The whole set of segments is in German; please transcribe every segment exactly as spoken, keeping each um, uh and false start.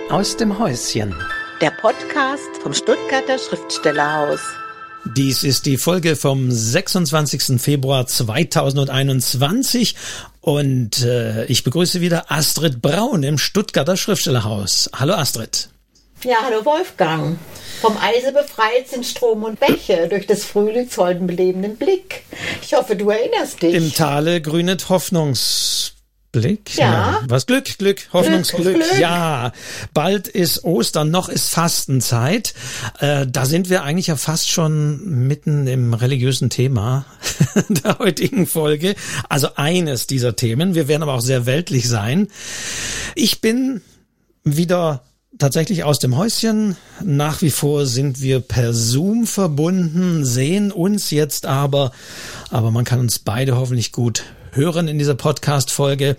Aus dem Häuschen. Der Podcast vom Stuttgarter Schriftstellerhaus. Dies ist die Folge vom sechsundzwanzigsten Februar zweitausendeinundzwanzig und äh, ich begrüße wieder Astrid Braun im Stuttgarter Schriftstellerhaus. Hallo Astrid. Ja, hallo Wolfgang. Vom Eise befreit sind Strom und Bäche durch des Frühlings holden belebenden Blick. Ich hoffe, du erinnerst dich. Im Tale grünet Hoffnungsblick. Ja. Was Glück, Glück, Hoffnungsglück. Glück, Glück. Ja, bald ist Ostern, noch ist Fastenzeit. Äh, da sind wir eigentlich ja fast schon mitten im religiösen Thema der heutigen Folge. Also eines dieser Themen. Wir werden aber auch sehr weltlich sein. Ich bin wieder tatsächlich aus dem Häuschen. Nach wie vor sind wir per Zoom verbunden, sehen uns jetzt aber, aber man kann uns beide hoffentlich gut hören in dieser Podcast-Folge.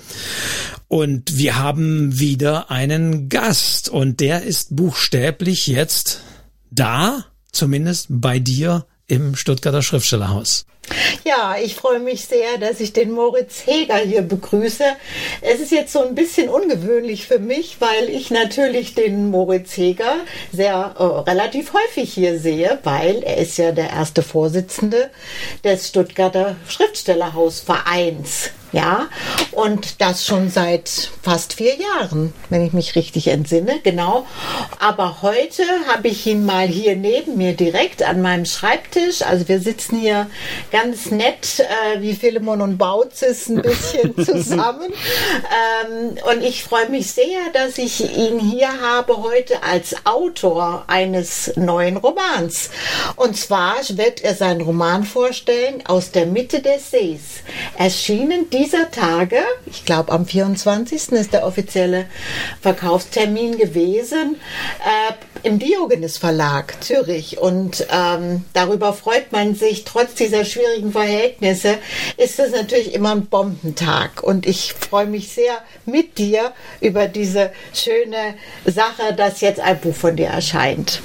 Und wir haben wieder einen Gast und der ist buchstäblich jetzt da, zumindest bei dir im Stuttgarter Schriftstellerhaus. Ja, ich freue mich sehr, dass ich den Moritz Heger hier begrüße. Es ist jetzt so ein bisschen ungewöhnlich für mich, weil ich natürlich den Moritz Heger sehr äh, relativ häufig hier sehe, weil er ist ja der erste Vorsitzende des Stuttgarter Schriftstellerhausvereins. Ja, und das schon seit fast vier Jahren, wenn ich mich richtig entsinne, genau. Aber heute habe ich ihn mal hier neben mir direkt an meinem Schreibtisch. Also wir sitzen hier ganz nett äh, wie Philemon und Baucis ein bisschen zusammen. ähm, und ich freue mich sehr, dass ich ihn hier habe heute als Autor eines neuen Romans. Und zwar wird er seinen Roman vorstellen, Aus der Mitte des Sees. Erschienen dieser Tage, ich glaube am vierundzwanzigsten ist der offizielle Verkaufstermin gewesen, äh, im Diogenes Verlag Zürich. Und ähm, darüber freut man sich. Trotz dieser schwierigen Verhältnisse ist es natürlich immer ein Bombentag. Und ich freue mich sehr mit dir über diese schöne Sache, dass jetzt ein Buch von dir erscheint.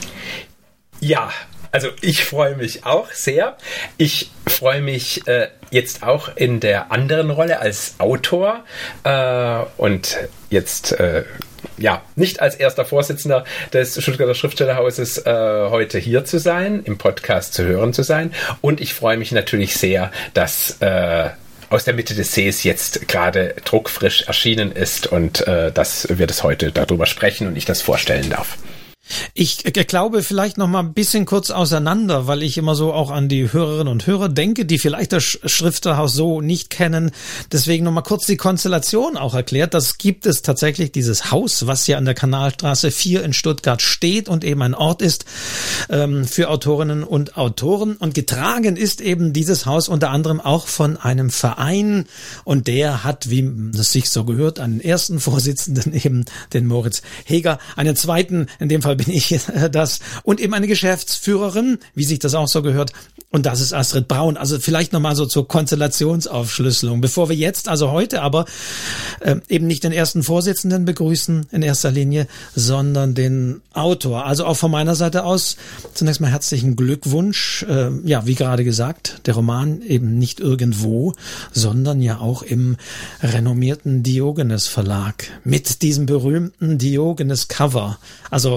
Ja, also ich freue mich auch sehr. Ich freue mich äh, jetzt auch in der anderen Rolle als Autor äh, und jetzt äh, ja nicht als erster Vorsitzender des Stuttgarter Schriftstellerhauses äh, heute hier zu sein, im Podcast zu hören zu sein. Und ich freue mich natürlich sehr, dass äh, Aus der Mitte des Sees jetzt gerade druckfrisch erschienen ist und äh, dass wir das heute darüber sprechen und ich das vorstellen darf. Ich äh, glaube vielleicht noch mal ein bisschen kurz auseinander, weil ich immer so auch an die Hörerinnen und Hörer denke, die vielleicht das Schriftstellerhaus so nicht kennen. Deswegen noch mal kurz die Konstellation auch erklärt. Das gibt es tatsächlich, dieses Haus, was ja an der Kanalstraße vier in Stuttgart steht und eben ein Ort ist ähm, für Autorinnen und Autoren. Und getragen ist eben dieses Haus unter anderem auch von einem Verein. Und der hat, wie es sich so gehört, einen ersten Vorsitzenden, eben den Moritz Heger, einen zweiten, in dem Fall bin ich das, und eben eine Geschäftsführerin, wie sich das auch so gehört, und das ist Astrid Braun. Also vielleicht nochmal so zur Konstellationsaufschlüsselung. Bevor wir jetzt, also heute aber, äh, eben nicht den ersten Vorsitzenden begrüßen in erster Linie, sondern den Autor. Also auch von meiner Seite aus zunächst mal herzlichen Glückwunsch. Äh, ja, wie gerade gesagt, der Roman eben nicht irgendwo, sondern ja auch im renommierten Diogenes Verlag mit diesem berühmten Diogenes Cover. Also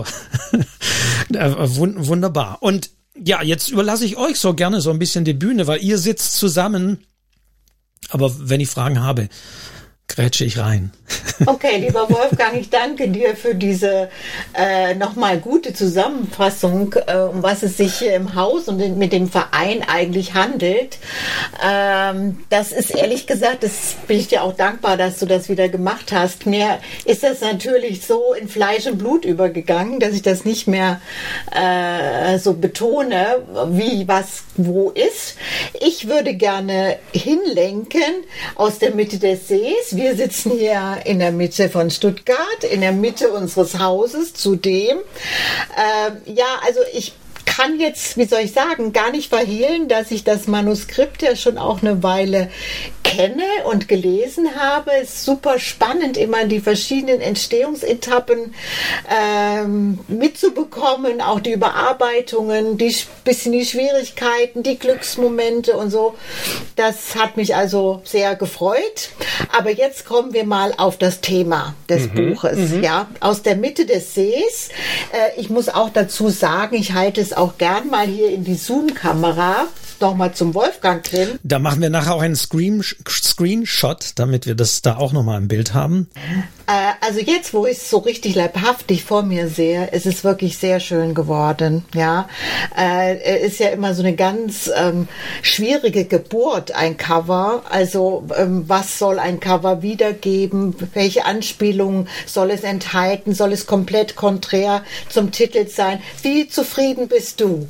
wunderbar. Und ja, jetzt überlasse ich euch so gerne so ein bisschen die Bühne, weil ihr sitzt zusammen. Aber wenn ich Fragen habe, grätsche ich rein. Okay, lieber Wolfgang, ich danke dir für diese äh, nochmal gute Zusammenfassung, äh, um was es sich hier im Haus und in, mit dem Verein eigentlich handelt. Ähm, das ist ehrlich gesagt, das bin ich dir auch dankbar, dass du das wieder gemacht hast. Mir ist das natürlich so in Fleisch und Blut übergegangen, dass ich das nicht mehr äh, so betone, wie was wo ist. Ich würde gerne hinlenken aus der Mitte des Sees. Wir sitzen hier in der Mitte von Stuttgart, in der Mitte unseres Hauses zudem. Äh, ja, also ich kann jetzt, wie soll ich sagen, gar nicht verhehlen, dass ich das Manuskript ja schon auch eine Weile kenne. kenne und gelesen habe. Es ist super spannend, immer die verschiedenen Entstehungsetappen ähm, mitzubekommen, auch die Überarbeitungen, die bisschen die Schwierigkeiten, die Glücksmomente und so. Das hat mich also sehr gefreut. Aber jetzt kommen wir mal auf das Thema des mhm, Buches. Mhm. Ja, aus der Mitte des Sees. Äh, ich muss auch dazu sagen, ich halte es auch gern mal hier in die Zoom-Kamera. Nochmal zum Wolfgang drin. Da machen wir nachher auch einen Screen, Screenshot, damit wir das da auch nochmal im Bild haben. Äh, also jetzt, wo ich es so richtig leibhaftig vor mir sehe, ist es wirklich sehr schön geworden. Ja, äh, ist ja immer so eine ganz ähm, schwierige Geburt, ein Cover. Also ähm, was soll ein Cover wiedergeben? Welche Anspielungen soll es enthalten? Soll es komplett konträr zum Titel sein? Wie zufrieden bist du?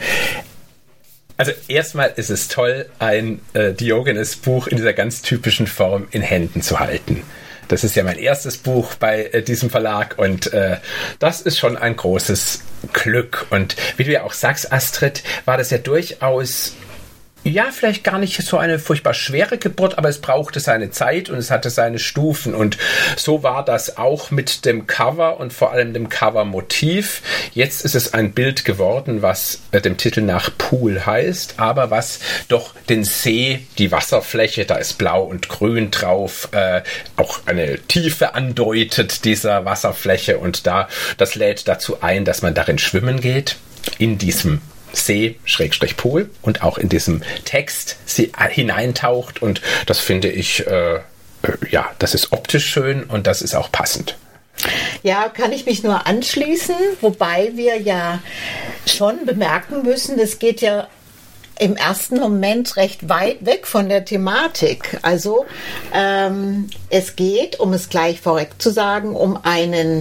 Also erstmal ist es toll, ein äh, Diogenes-Buch in dieser ganz typischen Form in Händen zu halten. Das ist ja mein erstes Buch bei äh, diesem Verlag und äh, das ist schon ein großes Glück. Und wie du ja auch sagst, Astrid, war das ja durchaus... Ja, vielleicht gar nicht so eine furchtbar schwere Geburt, aber es brauchte seine Zeit und es hatte seine Stufen. Und so war das auch mit dem Cover und vor allem dem Covermotiv. Jetzt ist es ein Bild geworden, was äh, dem Titel nach Pool heißt, aber was doch den See, die Wasserfläche, da ist blau und grün drauf, äh, auch eine Tiefe andeutet dieser Wasserfläche. Und da das lädt dazu ein, dass man darin schwimmen geht, in diesem See, Schrägstrich Pool, und auch in diesem Text sie hineintaucht, und das finde ich, äh, ja, das ist optisch schön und das ist auch passend. Ja, kann ich mich nur anschließen, wobei wir ja schon bemerken müssen, es geht ja im ersten Moment recht weit weg von der Thematik. Also ähm, es geht, um es gleich vorweg zu sagen, um einen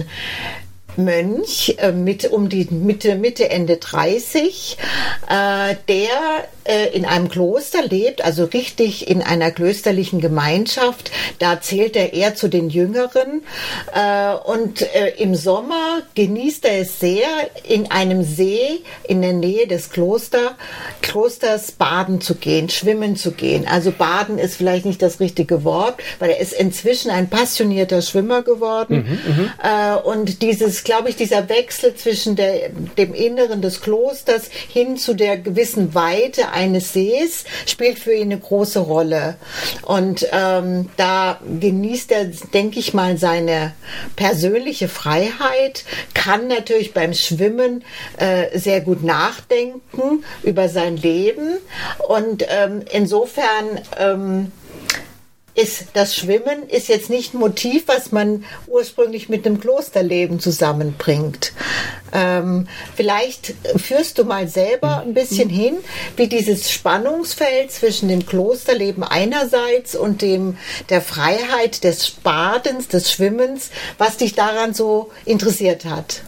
Mönch äh, mit um die Mitte, Mitte, Ende dreißig, äh, der äh, in einem Kloster lebt, also richtig in einer klösterlichen Gemeinschaft. Da zählt er eher zu den Jüngeren. Äh, und äh, im Sommer genießt er es sehr, in einem See in der Nähe des Kloster, Klosters baden zu gehen, schwimmen zu gehen. Also baden ist vielleicht nicht das richtige Wort, weil er ist inzwischen ein passionierter Schwimmer geworden. Mhm, äh, und dieses glaube ich, dieser Wechsel zwischen der, dem Inneren des Klosters hin zu der gewissen Weite eines Sees spielt für ihn eine große Rolle. Und ähm, da genießt er, denke ich mal, seine persönliche Freiheit, kann natürlich beim Schwimmen äh, sehr gut nachdenken über sein Leben. Und ähm, insofern ähm, ist das Schwimmen ist jetzt nicht ein Motiv, was man ursprünglich mit dem Klosterleben zusammenbringt. Ähm, vielleicht führst du mal selber ein bisschen hin, wie dieses Spannungsfeld zwischen dem Klosterleben einerseits und dem der Freiheit des Badens, des Schwimmens, was dich daran so interessiert hat.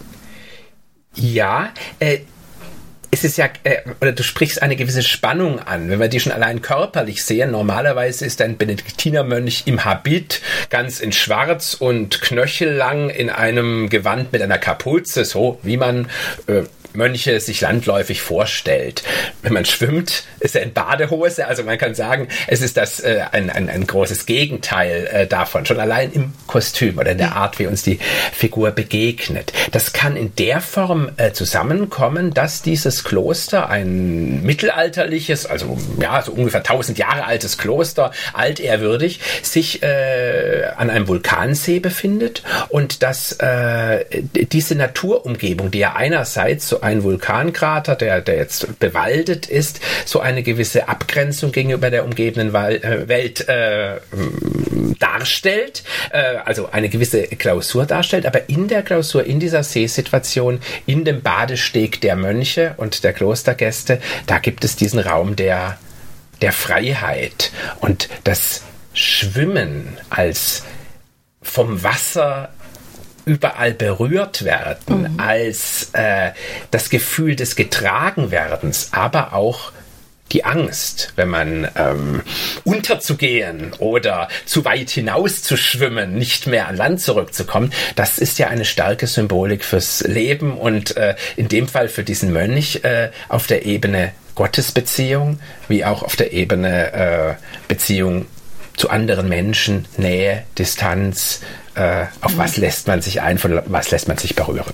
Ja, äh es ist ja, äh, oder du sprichst eine gewisse Spannung an, wenn wir die schon allein körperlich sehen. Normalerweise ist ein Benediktinermönch im Habit, ganz in schwarz und knöchellang in einem Gewand mit einer Kapuze, so wie man äh, Mönche sich landläufig vorstellt. Wenn man schwimmt, ist er in Badehose, also man kann sagen, es ist das äh, ein, ein, ein großes Gegenteil äh, davon, schon allein im Kostüm oder in der Art, wie uns die Figur begegnet. Das kann in der Form äh, zusammenkommen, dass dieses Kloster, ein mittelalterliches, also ja, so ungefähr tausend Jahre altes Kloster, altehrwürdig, sich äh, an einem Vulkansee befindet, und dass äh, diese Naturumgebung, die ja einerseits so ein Vulkankrater, der, der jetzt bewaldet ist, so eine gewisse Abgrenzung gegenüber der umgebenden Welt äh, darstellt, äh, also eine gewisse Klausur darstellt, aber in der Klausur, in dieser Seesituation, in dem Badesteg der Mönche und der Klostergäste, da gibt es diesen Raum der, der Freiheit, und das Schwimmen als vom Wasser überall berührt werden, mhm. als äh, das Gefühl des Getragenwerdens, aber auch die Angst, wenn man ähm, unterzugehen oder zu weit hinaus zu schwimmen, nicht mehr an Land zurückzukommen, das ist ja eine starke Symbolik fürs Leben und äh, in dem Fall für diesen Mönch äh, auf der Ebene Gottesbeziehung, wie auch auf der Ebene äh, Beziehung zu anderen Menschen, Nähe, Distanz, äh, auf was lässt man sich ein, von was lässt man sich berühren?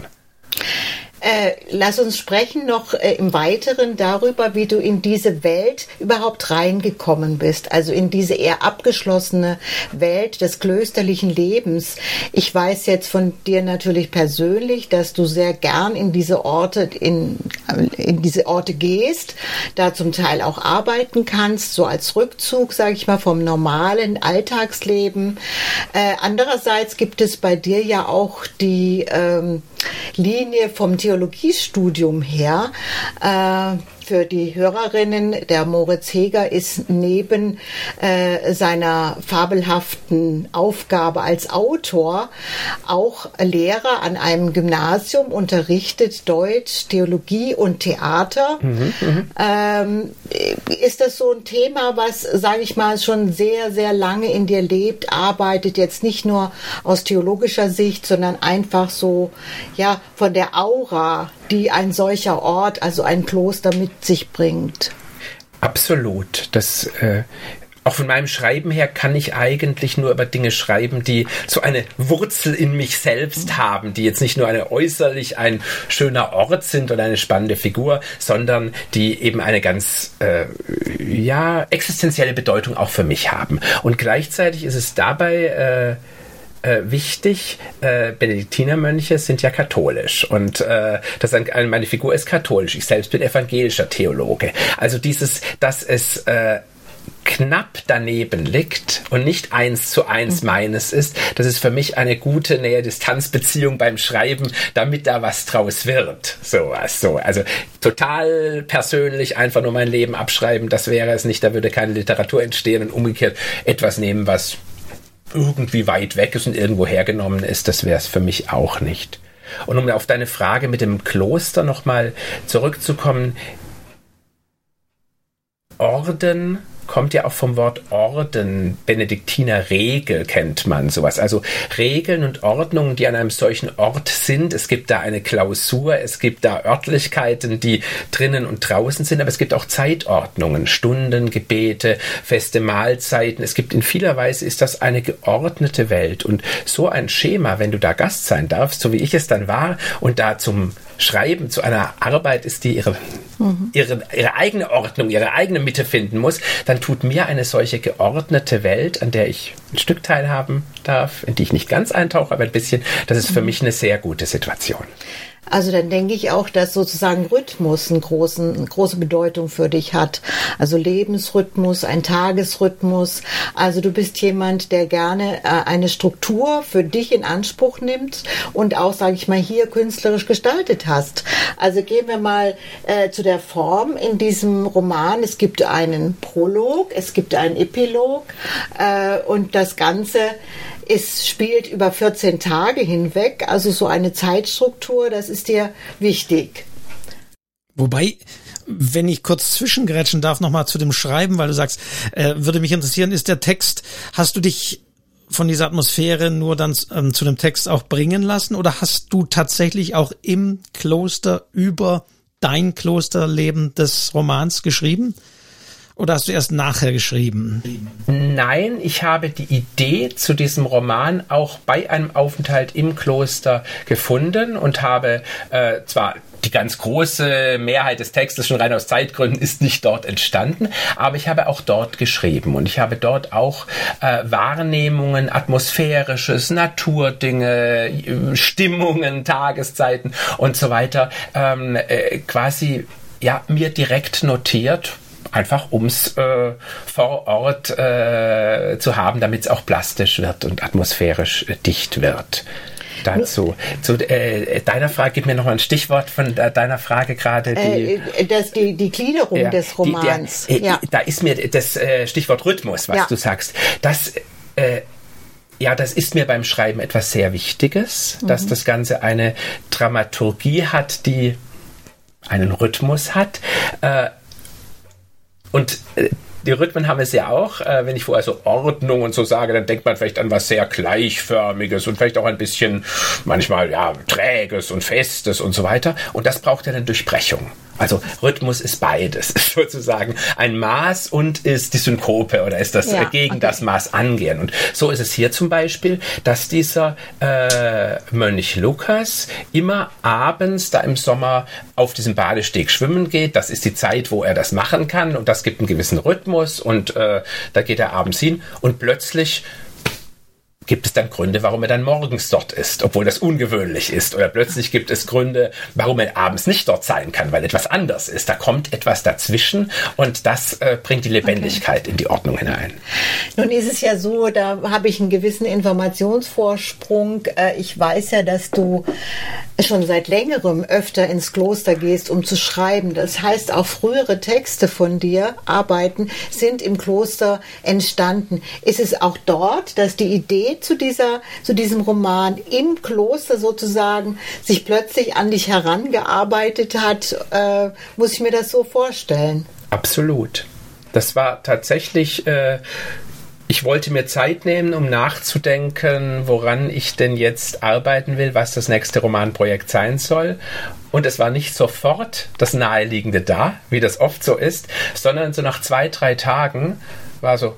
Äh, lass uns sprechen noch äh, im Weiteren darüber, wie du in diese Welt überhaupt reingekommen bist, also in diese eher abgeschlossene Welt des klösterlichen Lebens. Ich weiß jetzt von dir natürlich persönlich, dass du sehr gern in diese Orte, in, in diese Orte gehst, da zum Teil auch arbeiten kannst, so als Rückzug, sage ich mal, vom normalen Alltagsleben. Äh, andererseits gibt es bei dir ja auch die ähm, Linie vom Theologiestudium her. Äh, für die Hörerinnen, der Moritz Heger ist neben äh, seiner fabelhaften Aufgabe als Autor auch Lehrer an einem Gymnasium, unterrichtet Deutsch, Theologie und Theater. Mhm, ähm, ist das so ein Thema, was, sage ich mal, schon sehr, sehr lange in dir lebt, arbeitet jetzt nicht nur aus theologischer Sicht, sondern einfach so, ja, von der Aura, die ein solcher Ort, also ein Kloster mit sich bringt? Absolut. Das, äh, auch von meinem Schreiben her kann ich eigentlich nur über Dinge schreiben, die so eine Wurzel in mich selbst haben, die jetzt nicht nur eine äußerlich ein schöner Ort sind oder eine spannende Figur, sondern die eben eine ganz äh, ja existenzielle Bedeutung auch für mich haben. Und gleichzeitig ist es dabei äh, Äh, wichtig, äh, Benediktinermönche sind ja katholisch und äh, das ein, meine Figur ist katholisch. Ich selbst bin evangelischer Theologe. Also dieses, dass es äh, knapp daneben liegt und nicht eins zu eins meines ist, das ist für mich eine gute Nähe-Distanz-Beziehung beim Schreiben, damit da was draus wird. Sowas, so. Also total persönlich einfach nur mein Leben abschreiben, das wäre es nicht, da würde keine Literatur entstehen und umgekehrt etwas nehmen, was irgendwie weit weg ist und irgendwo hergenommen ist, das wäre es für mich auch nicht. Und um auf deine Frage mit dem Kloster nochmal zurückzukommen, Orden kommt ja auch vom Wort Orden, Benediktiner Regel kennt man sowas. Also Regeln und Ordnungen, die an einem solchen Ort sind. Es gibt da eine Klausur, es gibt da Örtlichkeiten, die drinnen und draußen sind, aber es gibt auch Zeitordnungen, Stunden, Gebete, feste Mahlzeiten. Es gibt in vieler Weise ist das eine geordnete Welt und so ein Schema, wenn du da Gast sein darfst, so wie ich es dann war und da zum Schreiben zu einer Arbeit ist, die ihre, mhm. ihre, ihre eigene Ordnung, ihre eigene Mitte finden muss, dann tut mir eine solche geordnete Welt, an der ich ein Stück teilhaben darf, in die ich nicht ganz eintauche, aber ein bisschen, das ist für mich eine sehr gute Situation. Also dann denke ich auch, dass sozusagen Rhythmus einen großen, eine große Bedeutung für dich hat. Also Lebensrhythmus, ein Tagesrhythmus. Also du bist jemand, der gerne äh, eine Struktur für dich in Anspruch nimmt und auch, sage ich mal, hier künstlerisch gestaltet hast. Also gehen wir mal äh, zu der Form in diesem Roman. Es gibt einen Prolog, es gibt einen Epilog äh, und das Ganze es spielt über vierzehn Tage hinweg, also so eine Zeitstruktur, das ist dir wichtig. Wobei, wenn ich kurz zwischengrätschen darf, nochmal zu dem Schreiben, weil du sagst, äh, würde mich interessieren, ist der Text, hast du dich von dieser Atmosphäre nur dann ähm, zu dem Text auch bringen lassen oder hast du tatsächlich auch im Kloster über dein Klosterleben des Romans geschrieben? Oder hast du erst nachher geschrieben? Nein, ich habe die Idee zu diesem Roman auch bei einem Aufenthalt im Kloster gefunden und habe äh, zwar die ganz große Mehrheit des Textes, schon rein aus Zeitgründen, ist nicht dort entstanden, aber ich habe auch dort geschrieben und ich habe dort auch äh, Wahrnehmungen, Atmosphärisches, Naturdinge, Stimmungen, Tageszeiten und so weiter ähm, äh, quasi ja mir direkt notiert, einfach um es äh, vor Ort äh, zu haben, damit es auch plastisch wird und atmosphärisch äh, dicht wird. Dazu. Zu äh, deiner Frage, gib mir noch mal ein Stichwort von äh, deiner Frage gerade. Die, äh, das, die, die Gliederung ja, des Romans. Die, der, äh, ja. Da ist mir das äh, Stichwort Rhythmus, was ja. du sagst. Das äh, Ja, das ist mir beim Schreiben etwas sehr Wichtiges, mhm. dass das Ganze eine Dramaturgie hat, die einen Rhythmus hat. Äh, Und äh, die Rhythmen haben es ja auch. Äh, wenn ich vorher so Ordnung und so sage, dann denkt man vielleicht an was sehr Gleichförmiges und vielleicht auch ein bisschen manchmal ja Träges und Festes und so weiter. Und das braucht ja eine Durchbrechung. Also Rhythmus ist beides, sozusagen ein Maß und ist die Synkope oder ist das ja, gegen okay. das Maß angehen. Und so ist es hier zum Beispiel, dass dieser äh, Mönch Lukas immer abends da im Sommer auf diesem Badesteg schwimmen geht. Das ist die Zeit, wo er das machen kann und das gibt einen gewissen Rhythmus und äh, da geht er abends hin und plötzlich gibt es dann Gründe, warum er dann morgens dort ist, obwohl das ungewöhnlich ist. Oder plötzlich gibt es Gründe, warum er abends nicht dort sein kann, weil etwas anders ist. Da kommt etwas dazwischen und das äh, bringt die Lebendigkeit okay. in die Ordnung hinein. Nun ist es ja so, da habe ich einen gewissen Informationsvorsprung. Äh, ich weiß ja, dass du schon seit längerem öfter ins Kloster gehst, um zu schreiben. Das heißt, auch frühere Texte von dir, Arbeiten, sind im Kloster entstanden. Ist es auch dort, dass die Idee zu dieser, zu diesem Roman im Kloster sozusagen sich plötzlich an dich herangearbeitet hat? Äh, muss ich mir das so vorstellen? Absolut. Das war tatsächlich... Äh Ich wollte mir Zeit nehmen, um nachzudenken, woran ich denn jetzt arbeiten will, was das nächste Romanprojekt sein soll. Und es war nicht sofort das Naheliegende da, wie das oft so ist, sondern so nach zwei, drei Tagen war so,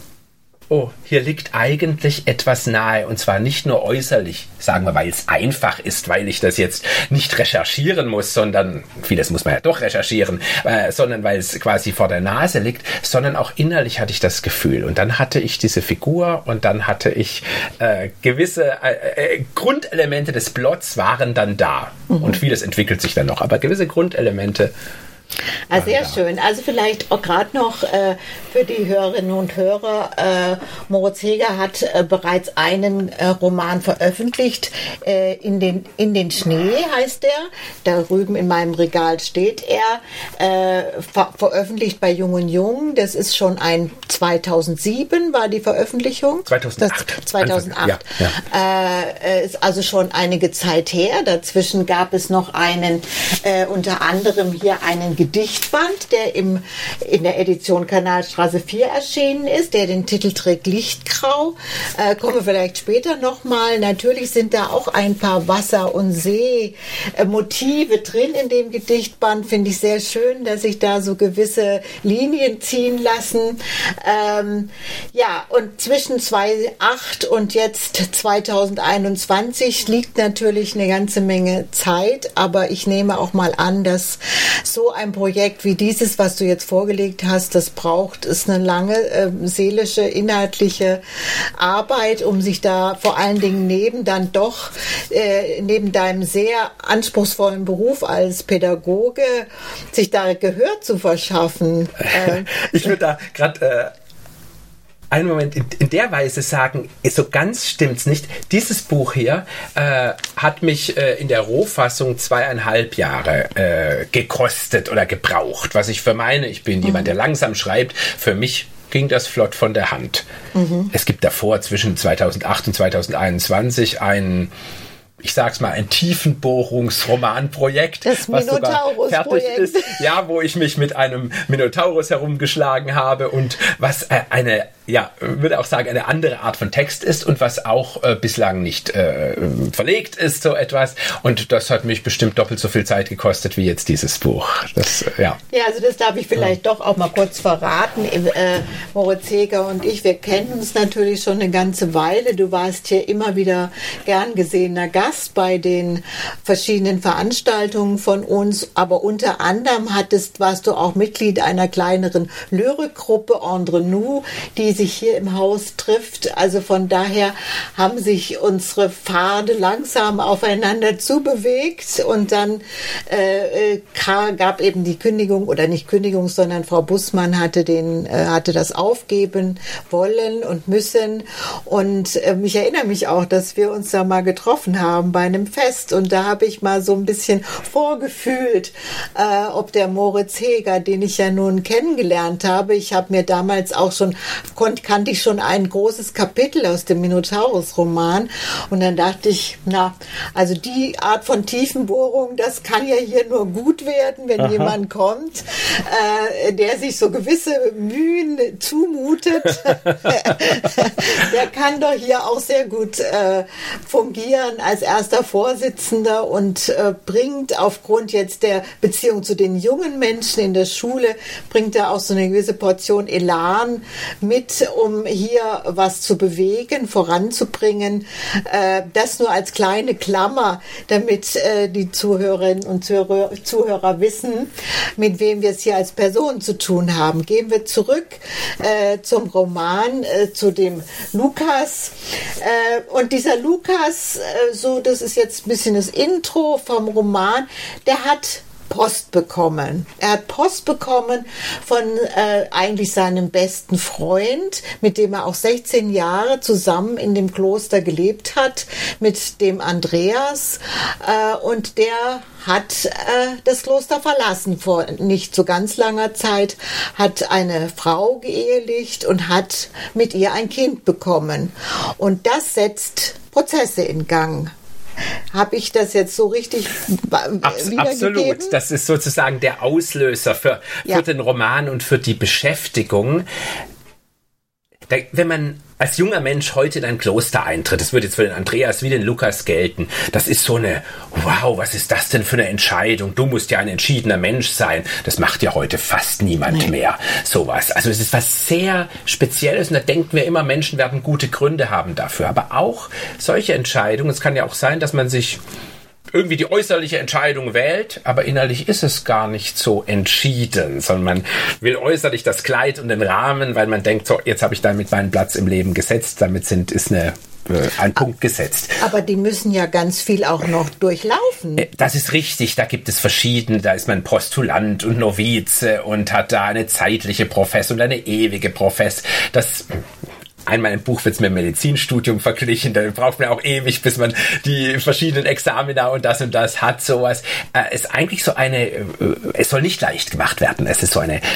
oh, hier liegt eigentlich etwas nahe und zwar nicht nur äußerlich, sagen wir, weil es einfach ist, weil ich das jetzt nicht recherchieren muss, sondern, vieles muss man ja doch recherchieren, äh, sondern weil es quasi vor der Nase liegt, sondern auch innerlich hatte ich das Gefühl. Und dann hatte ich diese Figur und dann hatte ich äh, gewisse äh, äh, Grundelemente des Plots waren dann da. Mhm. Und vieles entwickelt sich dann noch, aber gewisse Grundelemente. Ah, sehr ja. schön. Also vielleicht auch gerade noch äh, für die Hörerinnen und Hörer, äh, Moritz Heger hat äh, bereits einen äh, Roman veröffentlicht, äh, in, den, in den Schnee heißt der, da drüben in meinem Regal steht er, äh, ver- veröffentlicht bei Jung und Jung, das ist schon ein zweitausendsieben war die Veröffentlichung. zweitausendacht. Das, zweitausendacht. Ja, ja. Äh, ist also schon einige Zeit her. Dazwischen gab es noch einen, äh, unter anderem hier einen Gedichtband, der im, in der Edition Kanalstraße vier erschienen ist, der den Titel trägt Lichtgrau. Äh, kommen wir vielleicht später nochmal. Natürlich sind da auch ein paar Wasser- und See-Motive drin in dem Gedichtband. Finde ich sehr schön, dass sich da so gewisse Linien ziehen lassen. Ähm, ja, und zwischen zweitausendacht und jetzt zweitausendeinundzwanzig liegt natürlich eine ganze Menge Zeit, aber ich nehme auch mal an, dass so ein Projekt wie dieses, was du jetzt vorgelegt hast, das braucht es eine lange äh, seelische, inhaltliche Arbeit, um sich da vor allen Dingen neben dann doch, äh, neben deinem sehr anspruchsvollen Beruf als Pädagoge, sich da Gehör zu verschaffen. Äh, ich würde da gerade äh einen Moment, in, in der Weise sagen, so ganz stimmt's nicht. Dieses Buch hier äh, hat mich äh, in der Rohfassung zweieinhalb Jahre äh, gekostet oder gebraucht. Was ich für meine, ich bin mhm. jemand, der langsam schreibt, für mich ging das flott von der Hand. Mhm. Es gibt davor zwischen zweitausendacht und zweitausendeinundzwanzig ein, ich sag's mal, ein Tiefenbohrungsromanprojekt, das was sogar fertig ist. Ja, wo ich mich mit einem Minotaurus herumgeschlagen habe und was äh, eine, ja, würde auch sagen, eine andere Art von Text ist und was auch äh, bislang nicht äh, verlegt ist, so etwas. Und das hat mich bestimmt doppelt so viel Zeit gekostet wie jetzt dieses Buch. Das, äh, ja. Ja, also das darf ich vielleicht ja. doch auch mal kurz verraten. Äh, Moritz Heger und ich, wir kennen uns natürlich schon eine ganze Weile. Du warst hier immer wieder gern gesehener Gast bei den verschiedenen Veranstaltungen von uns, aber unter anderem hattest, warst du auch Mitglied einer kleineren Lyrikgruppe Entre Nous, die sich hier im Haus trifft. Also von daher haben sich unsere Pfade langsam aufeinander zubewegt und dann äh, gab eben die Kündigung, oder nicht Kündigung, sondern Frau Bussmann hatte den äh, hatte das aufgeben wollen und müssen und äh, ich erinnere mich auch, dass wir uns da mal getroffen haben bei einem Fest und da habe ich mal so ein bisschen vorgefühlt, äh, ob der Moritz Heger, den ich ja nun kennengelernt habe, ich habe mir damals auch schon konnt, kannte ich schon ein großes Kapitel aus dem Minotaurus-Roman und dann dachte ich, na, also die Art von Tiefenbohrung, das kann ja hier nur gut werden, wenn Aha. jemand kommt, äh, der sich so gewisse Mühen zumutet. Der kann doch hier auch sehr gut äh, fungieren als erster Vorsitzender und äh, bringt aufgrund jetzt der Beziehung zu den jungen Menschen in der Schule, bringt er auch so eine gewisse Portion Elan mit, um hier was zu bewegen, voranzubringen. Äh, das nur als kleine Klammer, damit äh, die Zuhörerinnen und Zuhörer, Zuhörer wissen, mit wem wir es hier als Person zu tun haben. Gehen wir zurück äh, zum Roman, äh, zu dem Lukas. Äh, und dieser Lukas, äh, so das ist jetzt ein bisschen das Intro vom Roman, der hat Post bekommen. Er hat Post bekommen von äh, eigentlich seinem besten Freund, mit dem er auch sechzehn Jahre zusammen in dem Kloster gelebt hat, mit dem Andreas. Äh, und der hat äh, das Kloster verlassen vor nicht so ganz langer Zeit, hat eine Frau geehelicht und hat mit ihr ein Kind bekommen. Und das setzt Prozesse in Gang. Habe ich das jetzt so richtig Abs- wiedergegeben? Absolut. Das ist sozusagen der Auslöser für, ja. für den Roman und für die Beschäftigung. Da, wenn man als junger Mensch heute in ein Kloster eintritt, das wird jetzt für den Andreas wie den Lukas gelten, das ist so eine, wow, was ist das denn für eine Entscheidung? Du musst ja ein entschiedener Mensch sein. Das macht ja heute fast niemand nee. mehr, sowas. Also es ist was sehr Spezielles und da denken wir immer, Menschen werden gute Gründe haben dafür. Aber auch solche Entscheidungen, es kann ja auch sein, dass man sich irgendwie die äußerliche Entscheidung wählt, aber innerlich ist es gar nicht so entschieden, sondern man will äußerlich das Kleid und den Rahmen, weil man denkt, so, jetzt habe ich damit meinen Platz im Leben gesetzt, damit sind, ist eine ein Punkt gesetzt. Aber die müssen ja ganz viel auch noch durchlaufen. Das ist richtig, da gibt es verschiedene, da ist man Postulant und Novize und hat da eine zeitliche Profess und eine ewige Profess. Das Einmal im Buch wird es mit dem Medizinstudium verglichen, da braucht man auch ewig, bis man die verschiedenen Examina und das und das hat, sowas. Es äh, ist eigentlich so eine, äh, es soll nicht leicht gemacht werden, es ist so eine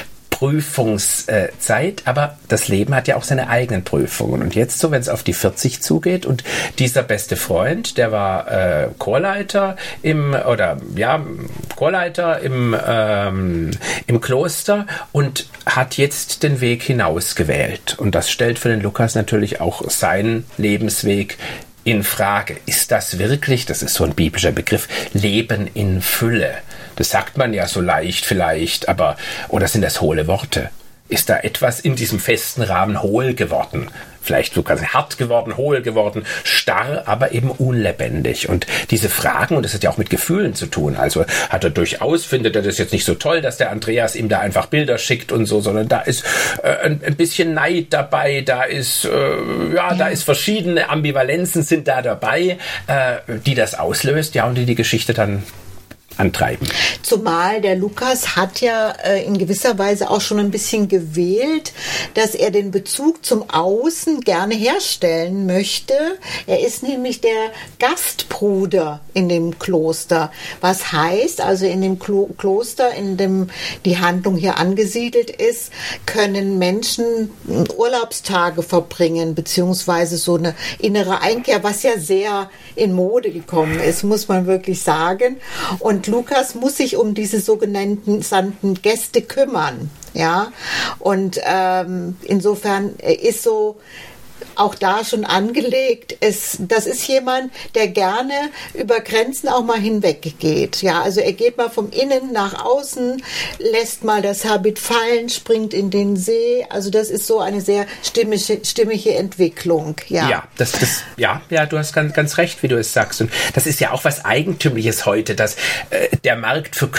Prüfungszeit, aber das Leben hat ja auch seine eigenen Prüfungen. Und jetzt so, wenn es auf die vierzig zugeht und dieser beste Freund, der war äh, Chorleiter im, oder ja, Chorleiter im, ähm, im Kloster und hat jetzt den Weg hinaus gewählt. Und das stellt für den Lukas natürlich auch seinen Lebensweg in Frage. Ist das wirklich, das ist so ein biblischer Begriff, Leben in Fülle? Das sagt man ja so leicht vielleicht, aber, oder sind das hohle Worte? Ist da etwas in diesem festen Rahmen hohl geworden? Vielleicht sogar hart geworden, hohl geworden, starr, aber eben unlebendig. Und diese Fragen, und das hat ja auch mit Gefühlen zu tun, also hat er durchaus, findet er das jetzt nicht so toll, dass der Andreas ihm da einfach Bilder schickt und so, sondern da ist äh, ein, ein bisschen Neid dabei, da ist, äh, ja, da ist verschiedene Ambivalenzen sind da dabei, äh, die das auslöst, ja, und die die Geschichte dann antreiben. Zumal der Lukas hat ja äh, in gewisser Weise auch schon ein bisschen gewählt, dass er den Bezug zum Außen gerne herstellen möchte. Er ist nämlich der Gastbruder in dem Kloster. Was heißt, also in dem Klo- Kloster, in dem die Handlung hier angesiedelt ist, können Menschen Urlaubstage verbringen, beziehungsweise so eine innere Einkehr, was ja sehr in Mode gekommen ist, muss man wirklich sagen. Und Lukas muss sich um diese sogenannten santen Gäste kümmern, ja. Und ähm, insofern ist so auch da schon angelegt. Es, das ist jemand, der gerne über Grenzen auch mal hinweg geht. Ja, also er geht mal vom Innen nach außen, lässt mal das Habit fallen, springt in den See. Also das ist so eine sehr stimmige, stimmige Entwicklung. Ja, ja, das, das, ja, ja, du hast ganz, ganz recht, wie du es sagst. Und das ist ja auch was Eigentümliches heute, dass äh, der Markt für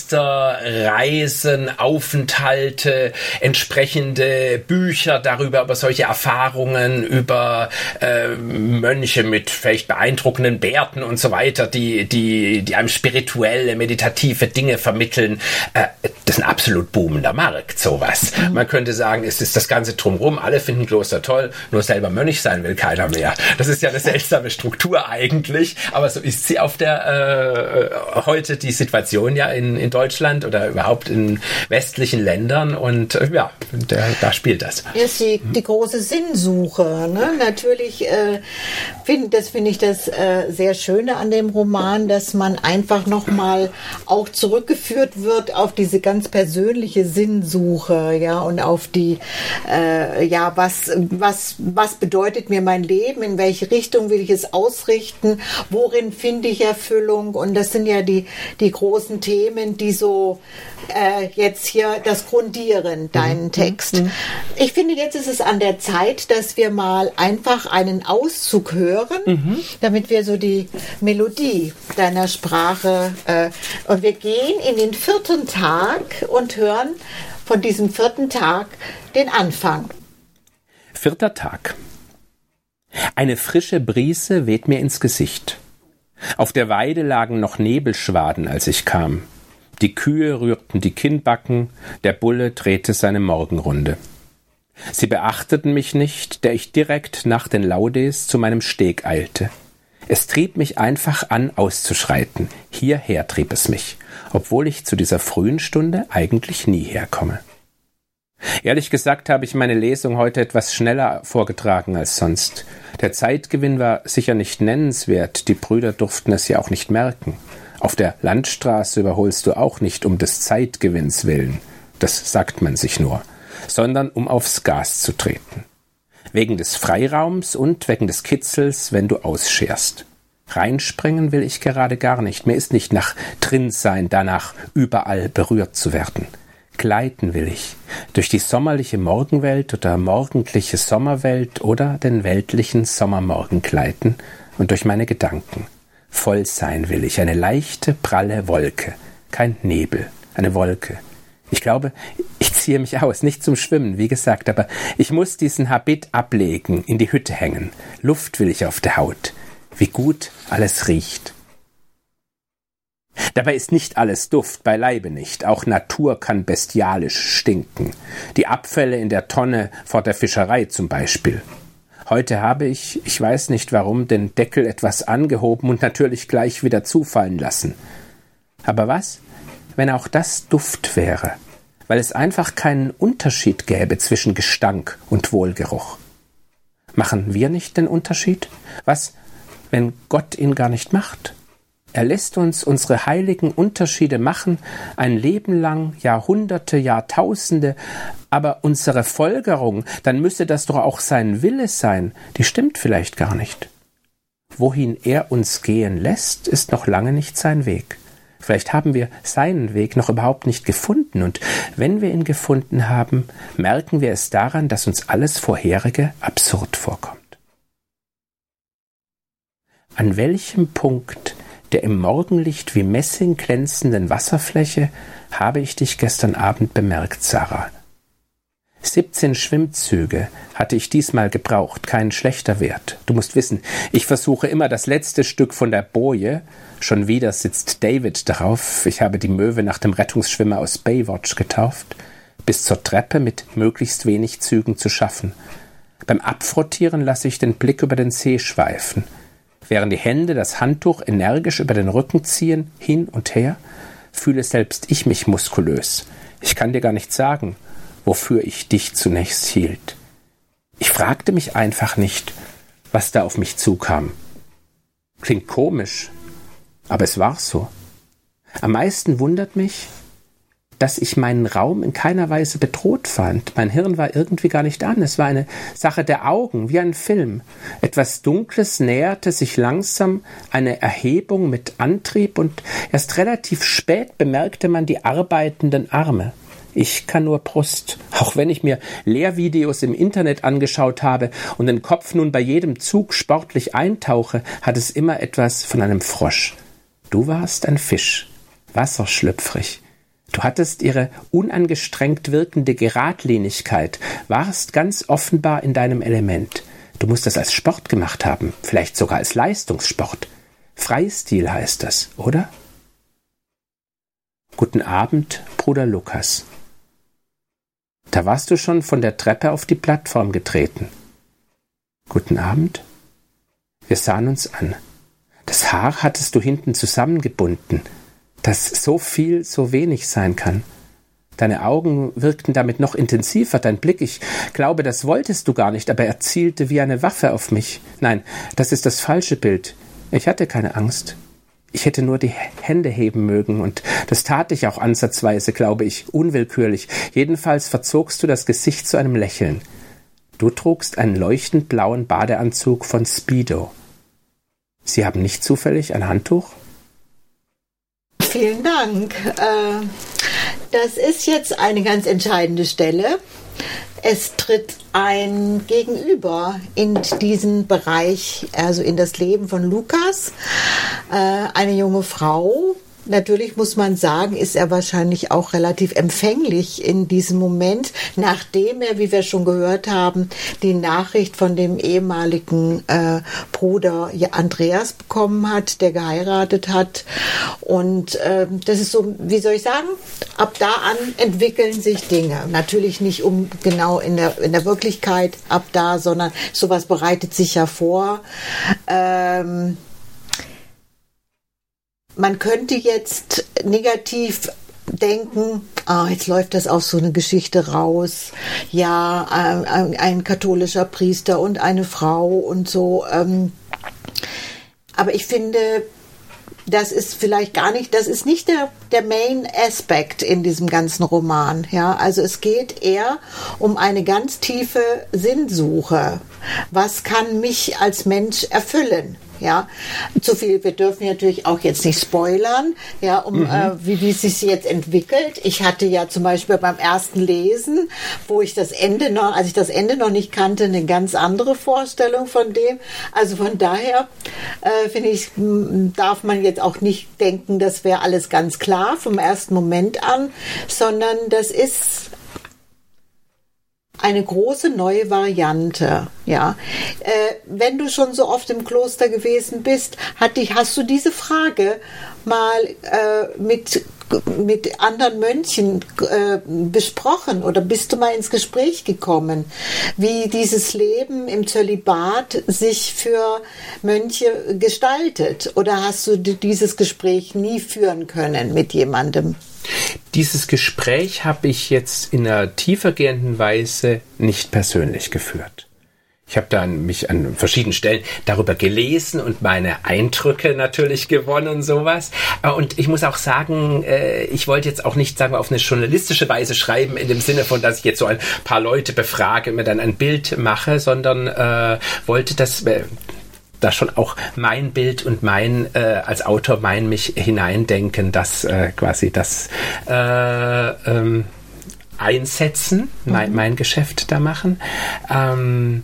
Klosterreisen, Aufenthalte, entsprechende Bücher darüber, über solche Erfahrungen, über äh, Mönche mit vielleicht beeindruckenden Bärten und so weiter, die, die, die einem spirituelle, meditative Dinge vermitteln. Äh, das ist ein absolut boomender Markt, sowas. Mhm. Man könnte sagen, es ist das Ganze drumherum, alle finden Kloster toll, nur selber Mönch sein will keiner mehr. Das ist ja eine seltsame Struktur eigentlich, aber so ist sie auf der äh, heute die Situation ja in, in Deutschland oder überhaupt in westlichen Ländern und äh, ja, der, da spielt das. Ist die, die große Sinnsuche. Ne? Natürlich äh, find, das finde ich das äh, sehr Schöne an dem Roman, dass man einfach nochmal auch zurückgeführt wird auf diese ganz persönliche Sinnsuche, ja, und auf die, äh, ja, was, was, was bedeutet mir mein Leben, in welche Richtung will ich es ausrichten, worin finde ich Erfüllung, und das sind ja die, die großen Themen, die so äh, jetzt hier das grundieren, deinen mhm. Text. Mhm. Ich finde, jetzt ist es an der Zeit, dass wir mal einfach einen Auszug hören, mhm. damit wir so die Melodie deiner Sprache, äh, und wir gehen in den vierten Tag und hören von diesem vierten Tag den Anfang. Vierter Tag. Eine frische Brise weht mir ins Gesicht. Auf der Weide lagen noch Nebelschwaden, als ich kam. Die Kühe rührten die Kinnbacken, der Bulle drehte seine Morgenrunde. Sie beachteten mich nicht, der ich direkt nach den Laudes zu meinem Steg eilte. Es trieb mich einfach an, auszuschreiten. Hierher trieb es mich, obwohl ich zu dieser frühen Stunde eigentlich nie herkomme. Ehrlich gesagt habe ich meine Lesung heute etwas schneller vorgetragen als sonst. Der Zeitgewinn war sicher nicht nennenswert, die Brüder durften es ja auch nicht merken. Auf der Landstraße überholst du auch nicht um des Zeitgewinns willen, das sagt man sich nur, sondern um aufs Gas zu treten. Wegen des Freiraums und wegen des Kitzels, wenn du ausscherst. Reinspringen will ich gerade gar nicht, mir ist nicht nach Drinsein danach, überall berührt zu werden. Gleiten will ich, durch die sommerliche Morgenwelt oder morgendliche Sommerwelt oder den weltlichen Sommermorgen gleiten und durch meine Gedanken. Voll sein will ich, eine leichte, pralle Wolke, kein Nebel, eine Wolke. Ich glaube, ich ziehe mich aus, nicht zum Schwimmen, wie gesagt, aber ich muss diesen Habit ablegen, in die Hütte hängen. Luft will ich auf der Haut. Wie gut alles riecht. Dabei ist nicht alles Duft, beileibe nicht. Auch Natur kann bestialisch stinken. Die Abfälle in der Tonne vor der Fischerei zum Beispiel. Heute habe ich, ich weiß nicht warum, den Deckel etwas angehoben und natürlich gleich wieder zufallen lassen. Aber was, wenn auch das Duft wäre? Weil es einfach keinen Unterschied gäbe zwischen Gestank und Wohlgeruch. Machen wir nicht den Unterschied? Was, wenn Gott ihn gar nicht macht? Er lässt uns unsere heiligen Unterschiede machen, ein Leben lang, Jahrhunderte, Jahrtausende, aber unsere Folgerung, dann müsse das doch auch sein Wille sein, die stimmt vielleicht gar nicht. Wohin er uns gehen lässt, ist noch lange nicht sein Weg. Vielleicht haben wir seinen Weg noch überhaupt nicht gefunden, und wenn wir ihn gefunden haben, merken wir es daran, dass uns alles Vorherige absurd vorkommt. An welchem Punkt der im Morgenlicht wie Messing glänzenden Wasserfläche habe ich dich gestern Abend bemerkt, Sarah? siebzehn Schwimmzüge hatte ich diesmal gebraucht, kein schlechter Wert. Du musst wissen, ich versuche immer das letzte Stück von der Boje. Schon wieder sitzt David darauf. Ich habe die Möwe nach dem Rettungsschwimmer aus Baywatch getauft, bis zur Treppe mit möglichst wenig Zügen zu schaffen. Beim Abfrottieren lasse ich den Blick über den See schweifen. Während die Hände das Handtuch energisch über den Rücken ziehen, hin und her, fühle selbst ich mich muskulös. Ich kann dir gar nicht sagen, wofür ich dich zunächst hielt. Ich fragte mich einfach nicht, was da auf mich zukam. Klingt komisch, aber es war so. Am meisten wundert mich, dass ich meinen Raum in keiner Weise bedroht fand. Mein Hirn war irgendwie gar nicht an. Es war eine Sache der Augen, wie ein Film. Etwas Dunkles näherte sich langsam, eine Erhebung mit Antrieb, und erst relativ spät bemerkte man die arbeitenden Arme. Ich kann nur Brust. Auch wenn ich mir Lehrvideos im Internet angeschaut habe und den Kopf nun bei jedem Zug sportlich eintauche, hat es immer etwas von einem Frosch. Du warst ein Fisch, wasserschlüpfrig. Du hattest ihre unangestrengt wirkende Geradlinigkeit, warst ganz offenbar in deinem Element. Du musst das als Sport gemacht haben, vielleicht sogar als Leistungssport. Freistil heißt das, oder? Guten Abend, Bruder Lukas. Da warst du schon von der Treppe auf die Plattform getreten. Guten Abend. Wir sahen uns an. Das Haar hattest du hinten zusammengebunden, dass so viel so wenig sein kann. Deine Augen wirkten damit noch intensiver, dein Blick, ich glaube, das wolltest du gar nicht, aber er zielte wie eine Waffe auf mich. Nein, das ist das falsche Bild. Ich hatte keine Angst. Ich hätte nur die Hände heben mögen, und das tat ich auch ansatzweise, glaube ich, unwillkürlich. Jedenfalls verzogst du das Gesicht zu einem Lächeln. Du trugst einen leuchtend blauen Badeanzug von Speedo. Sie haben nicht zufällig ein Handtuch? Vielen Dank. Äh, das ist jetzt eine ganz entscheidende Stelle. Es tritt ein Gegenüber in diesen Bereich, also in das Leben von Lukas, äh, eine junge Frau. Natürlich muss man sagen, ist er wahrscheinlich auch relativ empfänglich in diesem Moment, nachdem er, wie wir schon gehört haben, die Nachricht von dem ehemaligen äh, Bruder Andreas bekommen hat, der geheiratet hat. Und äh, das ist so, wie soll ich sagen, ab da an entwickeln sich Dinge. Natürlich nicht um genau in der, in der Wirklichkeit ab da, sondern sowas bereitet sich ja vor. Ähm, Man könnte jetzt negativ denken, ah, jetzt läuft das auf so eine Geschichte raus. Ja, ein, ein katholischer Priester und eine Frau und so. Aber ich finde, das ist vielleicht gar nicht, das ist nicht der, der Main Aspect in diesem ganzen Roman. Ja, also es geht eher um eine ganz tiefe Sinnsuche. Was kann mich als Mensch erfüllen? Ja, zu viel. Wir dürfen natürlich auch jetzt nicht spoilern, ja, um mhm. äh, wie, wie es sich jetzt entwickelt. Ich hatte ja zum Beispiel beim ersten Lesen, wo ich das Ende noch, als ich das Ende noch nicht kannte, eine ganz andere Vorstellung von dem. Also von daher äh, finde ich, darf man jetzt auch nicht denken, das wäre alles ganz klar vom ersten Moment an, sondern das ist eine große neue Variante, ja. Äh, wenn du schon so oft im Kloster gewesen bist, hat dich, hast du diese Frage mal äh, mit mit anderen Mönchen äh, besprochen oder bist du mal ins Gespräch gekommen, wie dieses Leben im Zölibat sich für Mönche gestaltet? Oder hast du dieses Gespräch nie führen können mit jemandem? Dieses Gespräch habe ich jetzt in einer tiefergehenden Weise nicht persönlich geführt. Ich habe dann mich an verschiedenen Stellen darüber gelesen und meine Eindrücke natürlich gewonnen, sowas. Und ich muss auch sagen, ich wollte jetzt auch nicht, sagen wir, auf eine journalistische Weise schreiben, in dem Sinne von, dass ich jetzt so ein paar Leute befrage und mir dann ein Bild mache, sondern äh, wollte das... Äh, da schon auch mein Bild und mein, äh, als Autor mein mich hineindenken, das äh, quasi das äh, ähm, Einsetzen, mhm. mein, mein Geschäft da machen. Ähm,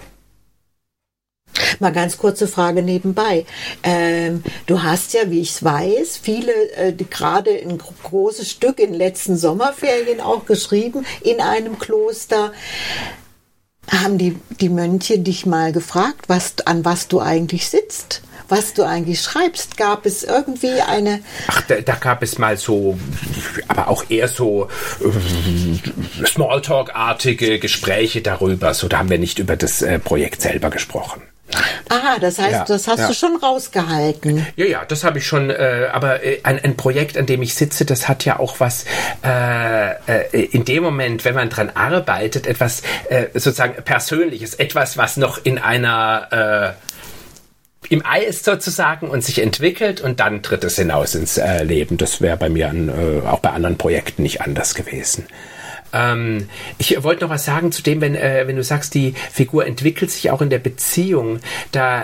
Mal ganz kurze Frage nebenbei. Ähm, du hast ja, wie ich es weiß, viele, äh, gerade ein großes Stück in den letzten Sommerferien auch geschrieben in einem Kloster. Haben die, die Mönche dich mal gefragt, was, an was du eigentlich sitzt? Was du eigentlich schreibst? Gab es irgendwie eine... Ach, da, da gab es mal so, aber auch eher so äh, Smalltalk-artige Gespräche darüber. So, da haben wir nicht über das äh, Projekt selber gesprochen. Aha, das heißt, ja, das hast ja. du schon rausgehalten. Ja, ja, das habe ich schon, äh, aber äh, ein, ein Projekt, an dem ich sitze, das hat ja auch was, äh, äh, in dem Moment, wenn man dran arbeitet, etwas äh, sozusagen Persönliches, etwas, was noch in einer, äh, im Ei ist sozusagen und sich entwickelt und dann tritt es hinaus ins äh, Leben. Das wäre bei mir an, äh, auch bei anderen Projekten nicht anders gewesen. Ähm, ich wollte noch was sagen zu dem, wenn, äh, wenn du sagst, die Figur entwickelt sich auch in der Beziehung. Da,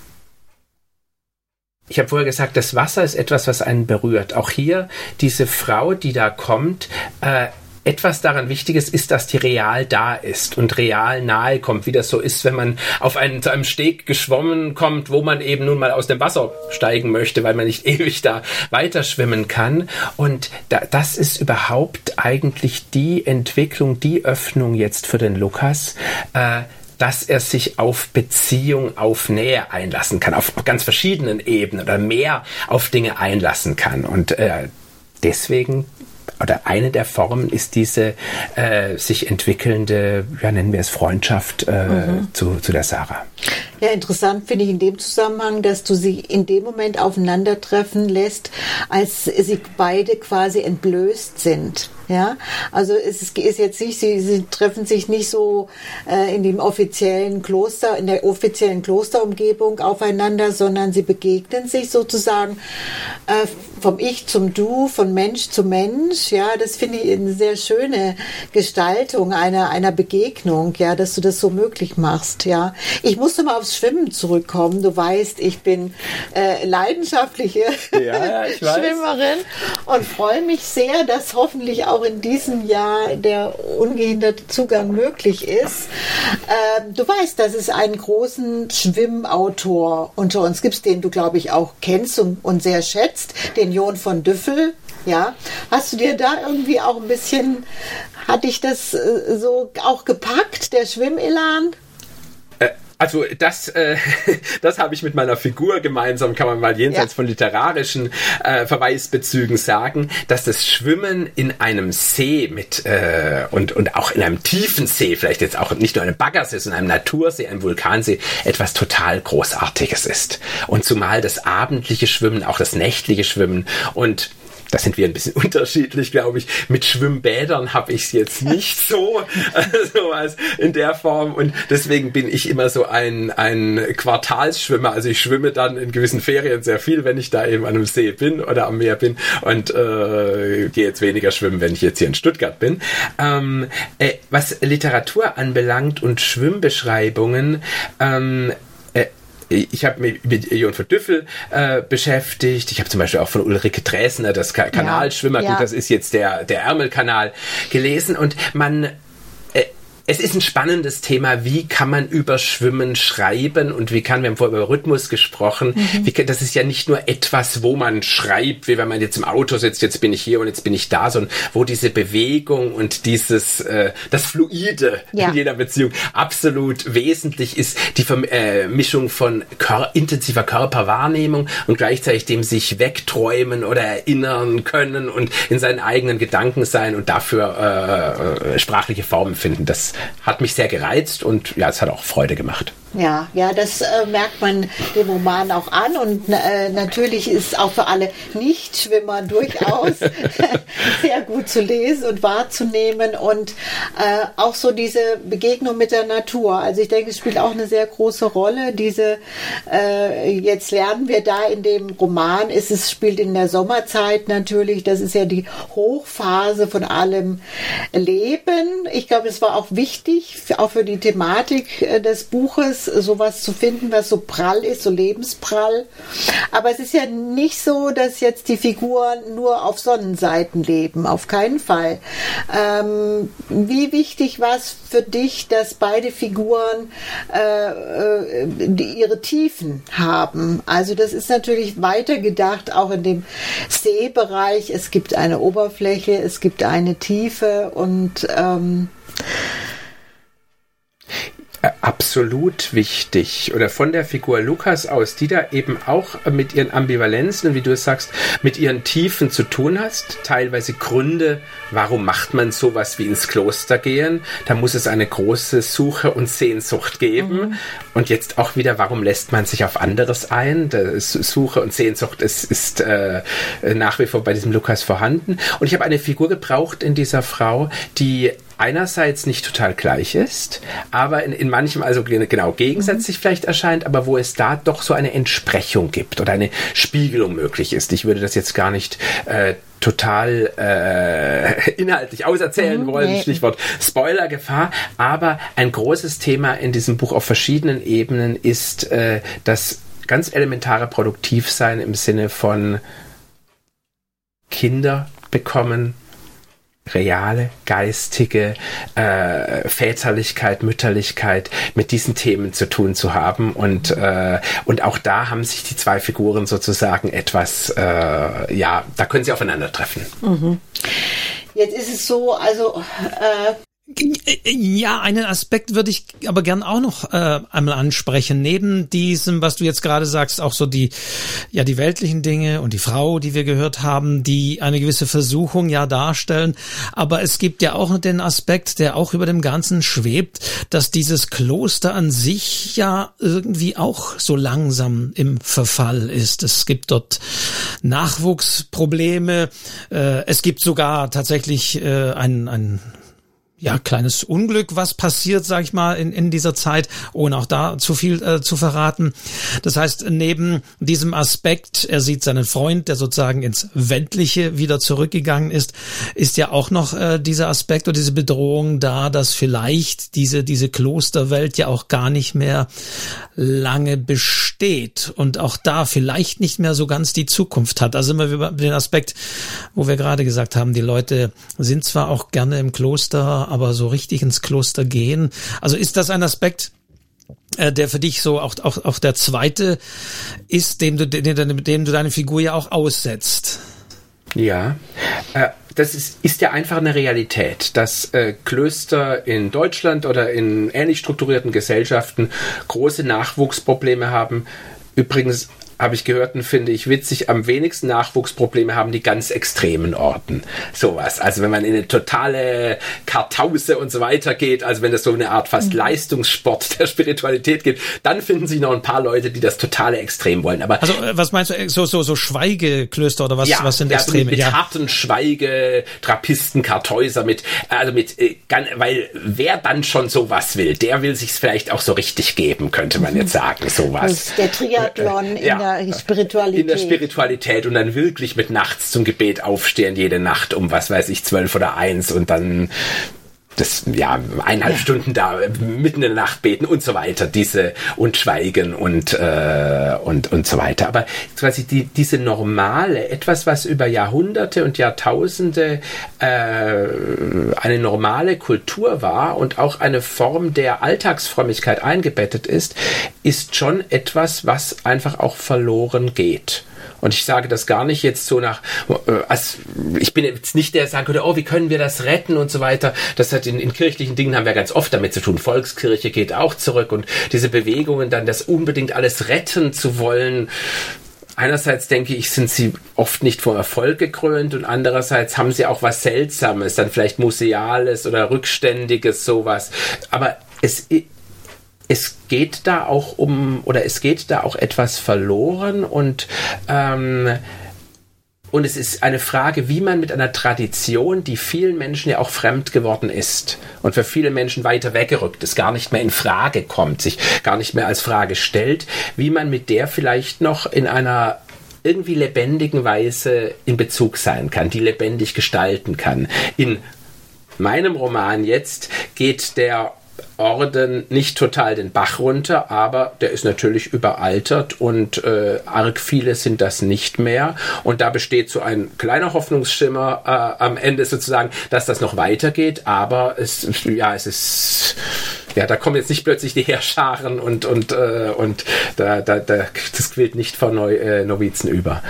ich habe vorher gesagt, das Wasser ist etwas, was einen berührt. Auch hier diese Frau, die da kommt, äh, etwas daran Wichtiges ist, dass die real da ist und real nahe kommt, wie das so ist, wenn man auf einen, zu einem Steg geschwommen kommt, wo man eben nun mal aus dem Wasser steigen möchte, weil man nicht ewig da weiter schwimmen kann. Und da, das ist überhaupt eigentlich die Entwicklung, die Öffnung jetzt für den Lukas, äh, dass er sich auf Beziehung, auf Nähe einlassen kann, auf ganz verschiedenen Ebenen oder mehr auf Dinge einlassen kann. Und äh, deswegen, oder eine der Formen ist diese äh, sich entwickelnde, ja, nennen wir es Freundschaft äh, mhm. zu, zu der Sarah. Ja, interessant finde ich in dem Zusammenhang, dass du sie in dem Moment aufeinandertreffen lässt, als sie beide quasi entblößt sind. Ja, also es ist jetzt nicht, sie, sie treffen sich nicht so äh, in dem offiziellen Kloster, in der offiziellen Klosterumgebung aufeinander, sondern sie begegnen sich sozusagen äh, vom Ich zum Du, von Mensch zu Mensch. Ja, das finde ich eine sehr schöne Gestaltung einer einer Begegnung. Ja, dass du das so möglich machst. Ja, ich musste mal aufs Schwimmen zurückkommen. Du weißt, ich bin äh, leidenschaftliche ja, ich weiß. Schwimmerin und freue mich sehr, dass hoffentlich auch in diesem Jahr der ungehinderte Zugang möglich ist. Ähm, du weißt, dass es einen großen Schwimmautor unter uns gibt, den du, glaube ich, auch kennst und, und sehr schätzt, den Jon von Düffel. Ja, hast du dir da irgendwie auch ein bisschen, hat dich das äh, so auch gepackt, der Schwimmelan? Also das, äh, das habe ich mit meiner Figur gemeinsam, kann man mal jenseits ja. von literarischen äh, Verweisbezügen sagen, dass das Schwimmen in einem See mit äh, und und auch in einem tiefen See, vielleicht jetzt auch nicht nur einem Baggersee, sondern einem Natursee, einem Vulkansee, etwas total Großartiges ist. Und zumal das abendliche Schwimmen, auch das nächtliche Schwimmen und da sind wir ein bisschen unterschiedlich, glaube ich. Mit Schwimmbädern habe ich es jetzt nicht so, so als in der Form. Und deswegen bin ich immer so ein, ein Quartalsschwimmer. Also ich schwimme dann in gewissen Ferien sehr viel, wenn ich da eben an einem See bin oder am Meer bin. Und äh, gehe jetzt weniger schwimmen, wenn ich jetzt hier in Stuttgart bin. Ähm, äh, was Literatur anbelangt und Schwimmbeschreibungen, ähm, äh, ich habe mich mit Jon von Düffel äh, beschäftigt. Ich habe zum Beispiel auch von Ulrike Dresner das Ka- Kanalschwimmer, ja, ja. das ist jetzt der, der Ärmelkanal, gelesen. Und man... Äh, Es ist ein spannendes Thema, wie kann man über Schwimmen schreiben und wie kann, wir haben vorher über Rhythmus gesprochen, mhm. wie kann, das ist ja nicht nur etwas, wo man schreibt, wie wenn man jetzt im Auto sitzt, jetzt bin ich hier und jetzt bin ich da, sondern wo diese Bewegung und dieses, äh, das Fluide ja. in jeder Beziehung absolut wesentlich ist, die Vermischung äh, von Kör- intensiver Körperwahrnehmung und gleichzeitig dem sich wegträumen oder erinnern können und in seinen eigenen Gedanken sein und dafür äh, sprachliche Formen finden. Das hat mich sehr gereizt und ja, es hat auch Freude gemacht. Ja, ja, das äh, merkt man dem Roman auch an und äh, natürlich ist auch für alle Nichtschwimmer durchaus sehr gut zu lesen und wahrzunehmen und äh, auch so diese Begegnung mit der Natur. Also ich denke, es spielt auch eine sehr große Rolle. Diese, äh, jetzt lernen wir da in dem Roman, ist es spielt in der Sommerzeit natürlich, das ist ja die Hochphase von allem Leben. Ich glaube, es war auch wichtig, auch für die Thematik äh, des Buches, sowas zu finden, was so prall ist, so lebensprall. Aber es ist ja nicht so, dass jetzt die Figuren nur auf Sonnenseiten leben. Auf keinen Fall. Ähm, wie wichtig war es für dich, dass beide Figuren äh, die ihre Tiefen haben? Also das ist natürlich weitergedacht, auch in dem Seebereich. Es gibt eine Oberfläche, es gibt eine Tiefe und ähm, absolut wichtig oder von der Figur Lukas aus, die da eben auch mit ihren Ambivalenzen und wie du es sagst, mit ihren Tiefen zu tun hast, teilweise Gründe, warum macht man sowas wie ins Kloster gehen, da muss es eine große Suche und Sehnsucht geben mhm. und jetzt auch wieder, warum lässt man sich auf anderes ein, das Suche und Sehnsucht ist, ist äh, nach wie vor bei diesem Lukas vorhanden und ich habe eine Figur gebraucht in dieser Frau, die einerseits nicht total gleich ist, aber in, in manchem also genau gegensätzlich mhm. vielleicht erscheint, aber wo es da doch so eine Entsprechung gibt oder eine Spiegelung möglich ist. Ich würde das jetzt gar nicht äh, total äh, inhaltlich auserzählen mhm, wollen, nee. Stichwort Spoilergefahr, aber ein großes Thema in diesem Buch auf verschiedenen Ebenen ist äh, das ganz elementare Produktivsein im Sinne von Kinder bekommen, reale, geistige äh, Väterlichkeit, Mütterlichkeit mit diesen Themen zu tun zu haben und äh, und auch da haben sich die zwei Figuren sozusagen etwas, äh, ja, da können sie aufeinandertreffen. Mhm. Jetzt ist es so, also äh Ja, einen Aspekt würde ich aber gern auch noch äh, einmal ansprechen. Neben diesem, was du jetzt gerade sagst, auch so die, ja, die weltlichen Dinge und die Frau, die wir gehört haben, die eine gewisse Versuchung ja darstellen. Aber es gibt ja auch den Aspekt, der auch über dem Ganzen schwebt, dass dieses Kloster an sich ja irgendwie auch so langsam im Verfall ist. Es gibt dort Nachwuchsprobleme. Äh, es gibt sogar tatsächlich äh, ein, ein ja, kleines Unglück, was passiert, sag ich mal, in, in dieser Zeit, ohne auch da zu viel äh, zu verraten. Das heißt, neben diesem Aspekt, er sieht seinen Freund, der sozusagen ins Weltliche wieder zurückgegangen ist, ist ja auch noch äh, dieser Aspekt oder diese Bedrohung da, dass vielleicht diese, diese Klosterwelt ja auch gar nicht mehr lange besteht und auch da vielleicht nicht mehr so ganz die Zukunft hat. Also immer über den Aspekt, wo wir gerade gesagt haben, die Leute sind zwar auch gerne im Kloster, aber so richtig ins Kloster gehen. Also ist das ein Aspekt, äh, der für dich so auch, auch, auch der zweite ist, dem du, dem, dem du deine Figur ja auch aussetzt? Ja, äh, das ist, ist ja einfach eine Realität, dass äh, Klöster in Deutschland oder in ähnlich strukturierten Gesellschaften große Nachwuchsprobleme haben. Übrigens habe ich gehört und finde ich witzig, am wenigsten Nachwuchsprobleme haben die ganz extremen Orten. Sowas. Also wenn man in eine totale Kartause und so weiter geht, also wenn das so eine Art fast mhm. Leistungssport der Spiritualität geht, dann finden sich noch ein paar Leute, die das totale Extrem wollen. Aber also was meinst du, so so so Schweigeklöster oder was, ja, was sind ja, Extreme? Mit, mit ja, harten Schweige, Trappisten, Kartäuser, mit, also mit, weil wer dann schon sowas will, der will sich's vielleicht auch so richtig geben, könnte man jetzt sagen, sowas. Der Triathlon in ja. der Spiritualität. In der Spiritualität und dann wirklich mit nachts zum Gebet aufstehen, jede Nacht um, was weiß ich, zwölf oder eins und dann das, ja, eineinhalb ja. Stunden da mitten in der Nacht beten und so weiter, diese und schweigen und äh, und und so weiter. Aber quasi die, diese normale, etwas, was über Jahrhunderte und Jahrtausende äh, eine normale Kultur war und auch eine Form der Alltagsfrömmigkeit eingebettet ist, ist schon etwas, was einfach auch verloren geht. Und ich sage das gar nicht jetzt so nach, also ich bin jetzt nicht der, der sagen könnte, oh, wie können wir das retten und so weiter. Das hat in, in kirchlichen Dingen haben wir ganz oft damit zu tun. Volkskirche geht auch zurück und diese Bewegungen dann, das unbedingt alles retten zu wollen. Einerseits denke ich, sind sie oft nicht vom Erfolg gekrönt und andererseits haben sie auch was Seltsames, dann vielleicht Museales oder Rückständiges, sowas. Aber es Es geht da auch um, oder es geht da auch etwas verloren und, ähm, und es ist eine Frage, wie man mit einer Tradition, die vielen Menschen ja auch fremd geworden ist und für viele Menschen weiter weggerückt ist, gar nicht mehr in Frage kommt, sich gar nicht mehr als Frage stellt, wie man mit der vielleicht noch in einer irgendwie lebendigen Weise in Bezug sein kann, die lebendig gestalten kann. In meinem Roman jetzt geht der Orden nicht total den Bach runter, aber der ist natürlich überaltert und äh, arg viele sind das nicht mehr. Und da besteht so ein kleiner Hoffnungsschimmer äh, am Ende sozusagen, dass das noch weitergeht, aber es, ja, es ist, ja, da kommen jetzt nicht plötzlich die Heerscharen und, und, äh, und da, da, da, das quillt nicht vor Neu, äh, Novizen über.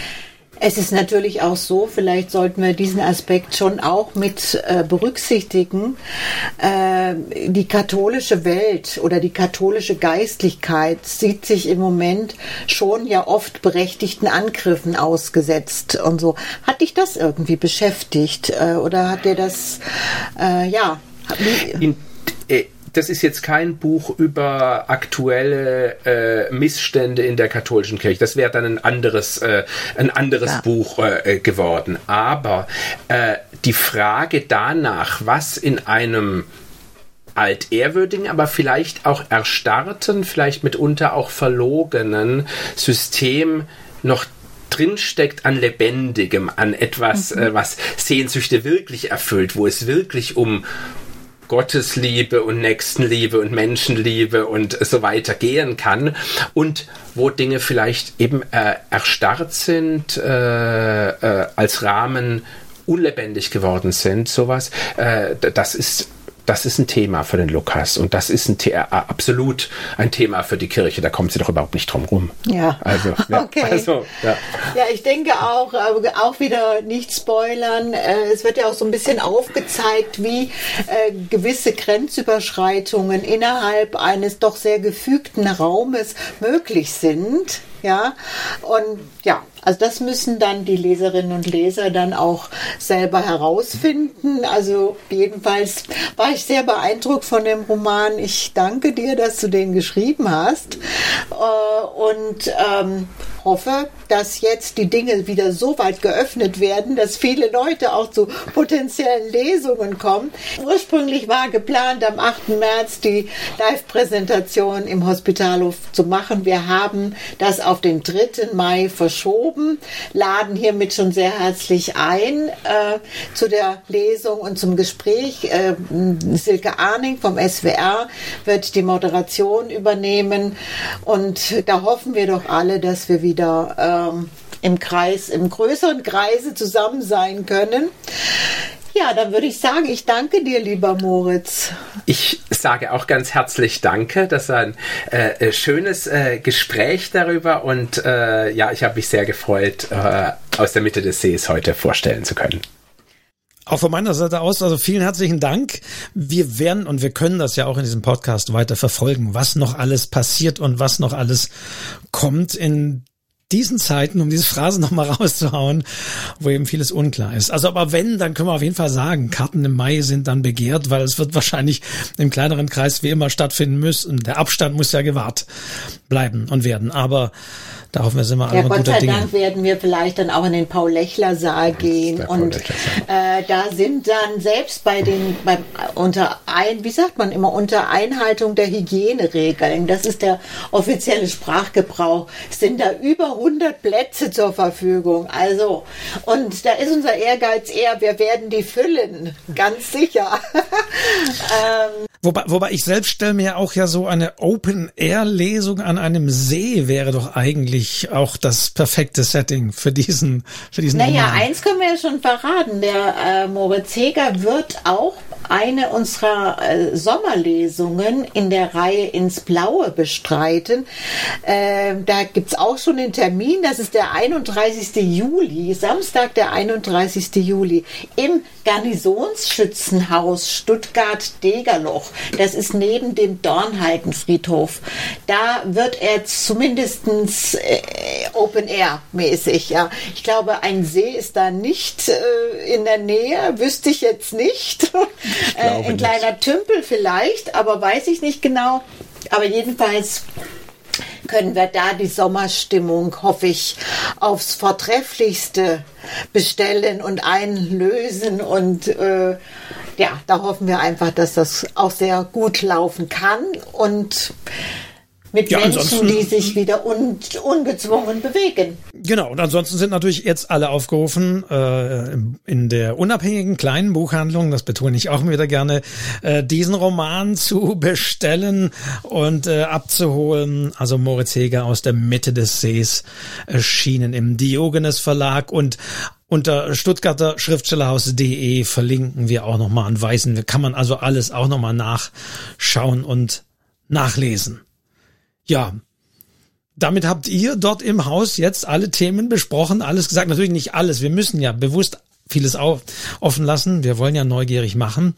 Es ist natürlich auch so, vielleicht sollten wir diesen Aspekt schon auch mit äh, berücksichtigen. Äh, die katholische Welt oder die katholische Geistlichkeit sieht sich im Moment schon ja oft berechtigten Angriffen ausgesetzt und so. Hat dich das irgendwie beschäftigt äh, oder hat dir das, äh, ja... In, äh, Das ist jetzt kein Buch über aktuelle äh, Missstände in der katholischen Kirche. Das wäre dann ein anderes, äh, ein anderes ja. Buch äh, geworden. Aber äh, die Frage danach, was in einem altehrwürdigen, aber vielleicht auch erstarrten, vielleicht mitunter auch verlogenen System noch drinsteckt an Lebendigem, an etwas, mhm. äh, was Sehnsüchte wirklich erfüllt, wo es wirklich um Gottesliebe und Nächstenliebe und Menschenliebe und so weiter gehen kann und wo Dinge vielleicht eben äh, erstarrt sind, äh, äh, als Rahmen unlebendig geworden sind, sowas, äh, das ist das ist ein Thema für den Lukas und das ist ein The- absolut ein Thema für die Kirche. Da kommt sie doch überhaupt nicht drum rum. Ja, also, ja. okay. Also, ja. Ja, ich denke auch, äh, auch wieder nicht spoilern. Äh, es wird ja auch so ein bisschen aufgezeigt, wie äh, gewisse Grenzüberschreitungen innerhalb eines doch sehr gefügten Raumes möglich sind. Ja, und ja, also das müssen dann die Leserinnen und Leser dann auch selber herausfinden. Also jedenfalls war ich sehr beeindruckt von dem Roman. Ich danke dir, dass du den geschrieben hast äh, und ähm, hoffe, dass jetzt die Dinge wieder so weit geöffnet werden, dass viele Leute auch zu potenziellen Lesungen kommen. Ursprünglich war geplant, am achten März die Live-Präsentation im Hospitalhof zu machen. Wir haben das auf den dritten Mai verschoben, laden hiermit schon sehr herzlich ein äh, zu der Lesung und zum Gespräch. Äh, Silke Arning vom S W R wird die Moderation übernehmen und da hoffen wir doch alle, dass wir wieder ähm, im Kreis, im größeren Kreise zusammen sein können. Ja, dann würde ich sagen, ich danke dir, lieber Moritz. Ich sage auch ganz herzlich Danke. Das war ein äh, schönes äh, Gespräch darüber und äh, ja, ich habe mich sehr gefreut, äh, aus der Mitte des Sees heute vorstellen zu können. Auch von meiner Seite aus, also vielen herzlichen Dank. Wir werden und wir können das ja auch in diesem Podcast weiter verfolgen, was noch alles passiert und was noch alles kommt in diesen Zeiten, um diese Phrase nochmal rauszuhauen, wo eben vieles unklar ist. Also aber wenn, dann können wir auf jeden Fall sagen, Karten im Mai sind dann begehrt, weil es wird wahrscheinlich im kleineren Kreis wie immer stattfinden müssen. Der Abstand muss ja gewahrt bleiben und werden. Aber da hoffen wir, sind wir alle ja, noch Gott guter sei Dinge. Dank werden wir vielleicht dann auch in den Paul-Lechler-Saal gehen und äh, da sind dann selbst bei den, beim, unter ein, wie sagt man immer, unter Einhaltung der Hygieneregeln, das ist der offizielle Sprachgebrauch, sind da über hundert Plätze zur Verfügung. Also, und da ist unser Ehrgeiz eher, wir werden die füllen, ganz sicher. ähm, Wobei, wobei ich selbst stelle mir auch ja so eine Open-Air-Lesung an einem See wäre doch eigentlich auch das perfekte Setting für diesen, für diesen Naja, Roman. eins können wir ja schon verraten. Der äh, Moritz Heger wird auch eine unserer äh, Sommerlesungen in der Reihe Ins Blaue bestreiten. Äh, da gibt's auch schon den Termin. Das ist der einunddreißigsten Juli, Samstag, der einunddreißigsten Juli im Garnisonsschützenhaus Stuttgart-Degerloch. Das ist neben dem Dornhaldenfriedhof. Da wird er zumindestens äh, Open-Air-mäßig. Ja. Ich glaube, ein See ist da nicht äh, in der Nähe, wüsste ich jetzt nicht. Äh, ein nicht. Kleiner Tümpel vielleicht, aber weiß ich nicht genau. Aber jedenfalls können wir da die Sommerstimmung, hoffe ich, aufs Vortrefflichste bestellen und einlösen. Und äh, ja, da hoffen wir einfach, dass das auch sehr gut laufen kann und mit ja, Menschen, die sich wieder un, ungezwungen bewegen. Genau, und ansonsten sind natürlich jetzt alle aufgerufen, äh, in der unabhängigen kleinen Buchhandlung, das betone ich auch wieder gerne, äh, diesen Roman zu bestellen und äh, abzuholen. Also Moritz Heger aus der Mitte des Sees, erschienen im Diogenes Verlag und unter stuttgarter schriftstellerhaus punkt de verlinken wir auch nochmal und weisen. Kann man also alles auch nochmal nachschauen und nachlesen. Ja, damit habt ihr dort im Haus jetzt alle Themen besprochen, alles gesagt. Natürlich nicht alles. Wir müssen ja bewusst vieles auf, offen lassen. Wir wollen ja neugierig machen.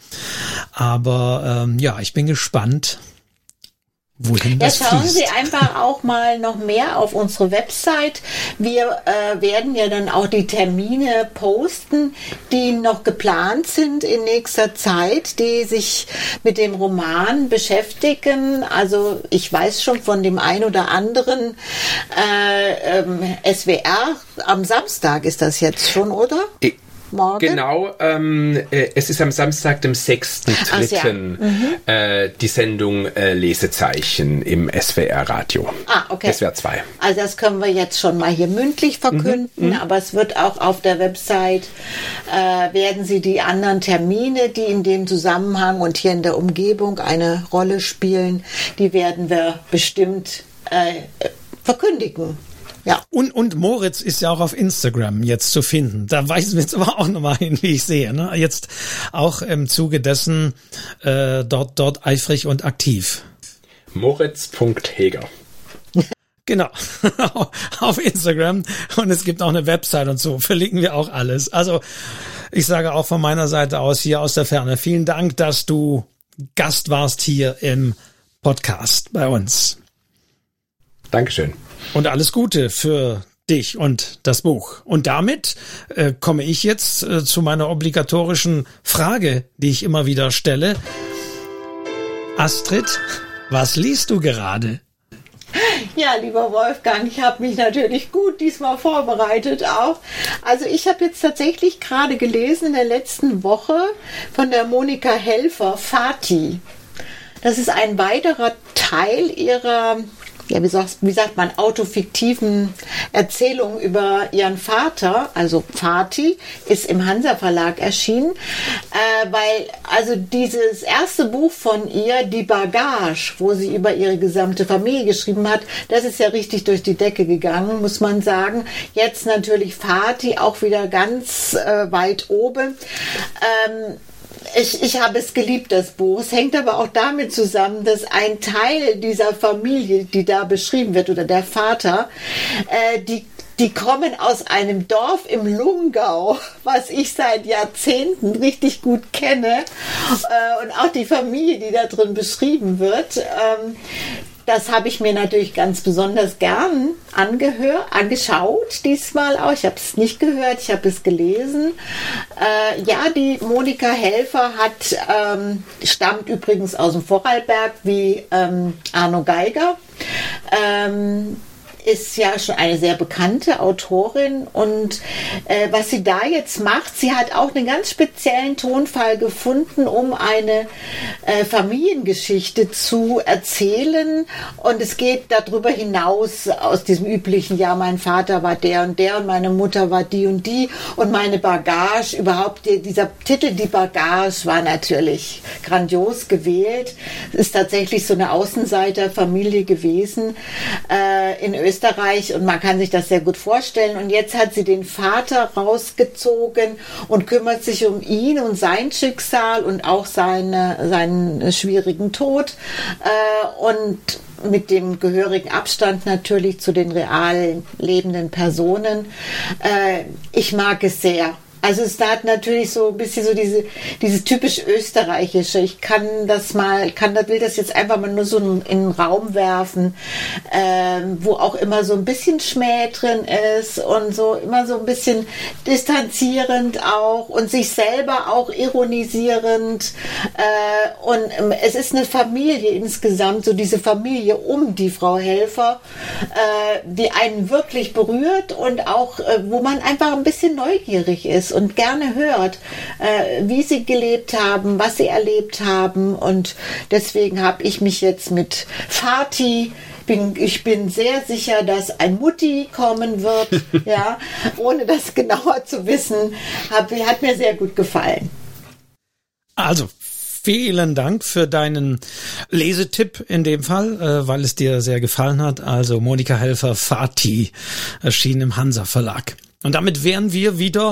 Aber ähm, ja, ich bin gespannt, wohin das fließt. Ja, schauen fließt. Sie einfach auch mal noch mehr auf unsere Website. Wir äh, werden ja dann auch die Termine posten, die noch geplant sind in nächster Zeit, die sich mit dem Roman beschäftigen. Also ich weiß schon von dem ein oder anderen äh, ähm, S W R. Am Samstag ist das jetzt schon, oder? Ich Morgen? Genau, ähm, äh, es ist am Samstag, dem sechsten dritten Ja. Mhm. Äh, die Sendung äh, Lesezeichen im S W R-Radio. Ah, okay. S W R zwei. Also das können wir jetzt schon mal hier mündlich verkünden, mhm. aber es wird auch auf der Website, äh, werden Sie die anderen Termine, die in dem Zusammenhang und hier in der Umgebung eine Rolle spielen, die werden wir bestimmt äh, verkündigen. Ja. Und, und Moritz ist ja auch auf Instagram jetzt zu finden. Da weisen wir jetzt aber auch nochmal hin, wie ich sehe. Ne? Jetzt auch im Zuge dessen äh, dort, dort eifrig und aktiv. Moritz Punkt Heger. Genau, auf Instagram. Und es gibt auch eine Website und so. Verlinken wir auch alles. Also ich sage auch von meiner Seite aus hier aus der Ferne, vielen Dank, dass du Gast warst hier im Podcast bei uns. Dankeschön. Und alles Gute für dich und das Buch. Und damit äh, komme ich jetzt äh, zu meiner obligatorischen Frage, die ich immer wieder stelle. Astrid, was liest du gerade? Ja, lieber Wolfgang, ich habe mich natürlich gut diesmal vorbereitet auch. Also ich habe jetzt tatsächlich gerade gelesen in der letzten Woche von der Monika Helfer, Vati. Das ist ein weiterer Teil ihrer, ja, wie sagt, wie sagt man, autofiktiven Erzählung über ihren Vater, also Vati, ist im Hansa Verlag erschienen, äh, weil also dieses erste Buch von ihr, Die Bagage, wo sie über ihre gesamte Familie geschrieben hat, das ist ja richtig durch die Decke gegangen, muss man sagen. Jetzt natürlich Vati auch wieder ganz äh, weit oben. Ähm, Ich, ich habe es geliebt, das Buch. Es hängt aber auch damit zusammen, dass ein Teil dieser Familie, die da beschrieben wird, oder der Vater, äh, die, die kommen aus einem Dorf im Lungau, was ich seit Jahrzehnten richtig gut kenne. Äh, und auch die Familie, die da drin beschrieben wird, ähm, das habe ich mir natürlich ganz besonders gern angehört, angeschaut diesmal auch. Ich habe es nicht gehört, ich habe es gelesen. Äh, ja, die Monika Helfer hat, ähm, stammt übrigens aus dem Vorarlberg wie ähm, Arno Geiger. Ähm, ist ja schon eine sehr bekannte Autorin und äh, was sie da jetzt macht, sie hat auch einen ganz speziellen Tonfall gefunden, um eine äh, Familiengeschichte zu erzählen und es geht darüber hinaus aus diesem üblichen, ja, mein Vater war der und der und meine Mutter war die und die und meine Bagage, überhaupt die, dieser Titel, Die Bagage, war natürlich grandios gewählt. Es ist tatsächlich so eine Außenseiterfamilie gewesen äh, in Österreich. Österreich und man kann sich das sehr gut vorstellen und jetzt hat sie den Vater rausgezogen und kümmert sich um ihn und sein Schicksal und auch seine, seinen schwierigen Tod äh, und mit dem gehörigen Abstand natürlich zu den real lebenden Personen. Äh, ich mag es sehr. Also es hat natürlich so ein bisschen so diese, dieses typisch österreichische. Ich kann das mal, kann das, will das jetzt einfach mal nur so in den Raum werfen, ähm, wo auch immer so ein bisschen Schmäh drin ist und so immer so ein bisschen distanzierend auch und sich selber auch ironisierend. Äh, und ähm, es ist eine Familie insgesamt, so diese Familie um die Frau Helfer, äh, die einen wirklich berührt und auch, äh, wo man einfach ein bisschen neugierig ist und gerne hört, äh, wie sie gelebt haben, was sie erlebt haben und deswegen habe ich mich jetzt mit Vati, bin, ich bin sehr sicher, dass ein Mutti kommen wird, ja, ohne das genauer zu wissen, hab, hat mir sehr gut gefallen. Also, vielen Dank für deinen Lesetipp in dem Fall, äh, weil es dir sehr gefallen hat. Also Monika Helfer, Vati, erschien im Hansa Verlag. Und damit wären wir wieder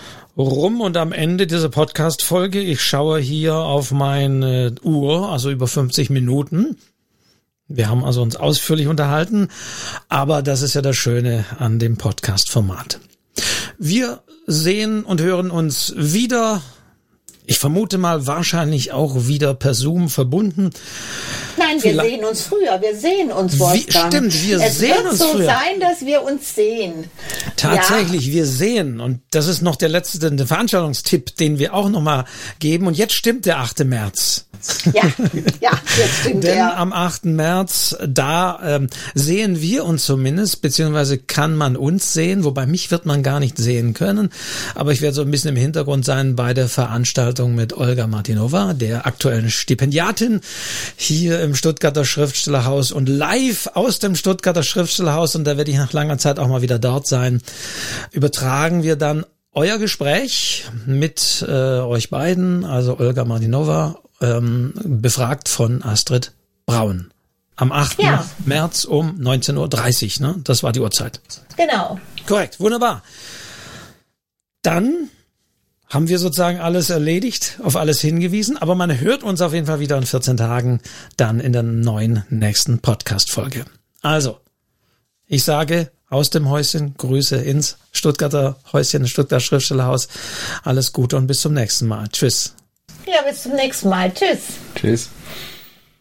rum und am Ende dieser Podcast-Folge. Ich schaue hier auf meine Uhr, also über fünfzig Minuten. Wir haben also uns ausführlich unterhalten, aber das ist ja das Schöne an dem Podcast-Format. Wir sehen und hören uns wieder. Ich vermute mal wahrscheinlich auch wieder per Zoom verbunden. Nein, wir Vielleicht. sehen uns früher. Wir sehen uns, Wolfgang. Wie, stimmt, wir es sehen uns früher. Es wird so früher. sein, dass wir uns sehen. Tatsächlich, ja. wir sehen. Und das ist noch der letzte der Veranstaltungstipp, den wir auch nochmal geben. Und jetzt stimmt der achte März. Ja, ja, jetzt stimmt Denn der. am achten März, da ähm, sehen wir uns zumindest, beziehungsweise kann man uns sehen, wobei mich wird man gar nicht sehen können. Aber ich werde so ein bisschen im Hintergrund sein bei der Veranstaltung mit Olga Martinova, der aktuellen Stipendiatin hier im Stuttgarter Schriftstellerhaus und live aus dem Stuttgarter Schriftstellerhaus, und da werde ich nach langer Zeit auch mal wieder dort sein, übertragen wir dann euer Gespräch mit äh, euch beiden, also Olga Martinova, ähm, befragt von Astrid Braun. Am achten Ja. März um neunzehn Uhr dreißig, ne? Das war die Uhrzeit. Genau. Korrekt, wunderbar. Dann haben wir sozusagen alles erledigt, auf alles hingewiesen, aber man hört uns auf jeden Fall wieder in vierzehn Tagen dann in der neuen nächsten Podcast-Folge. Also, ich sage aus dem Häuschen, Grüße ins Stuttgarter Häuschen, Stuttgarter Schriftstellerhaus. Alles Gute und bis zum nächsten Mal. Tschüss. Ja, bis zum nächsten Mal. Tschüss. Tschüss.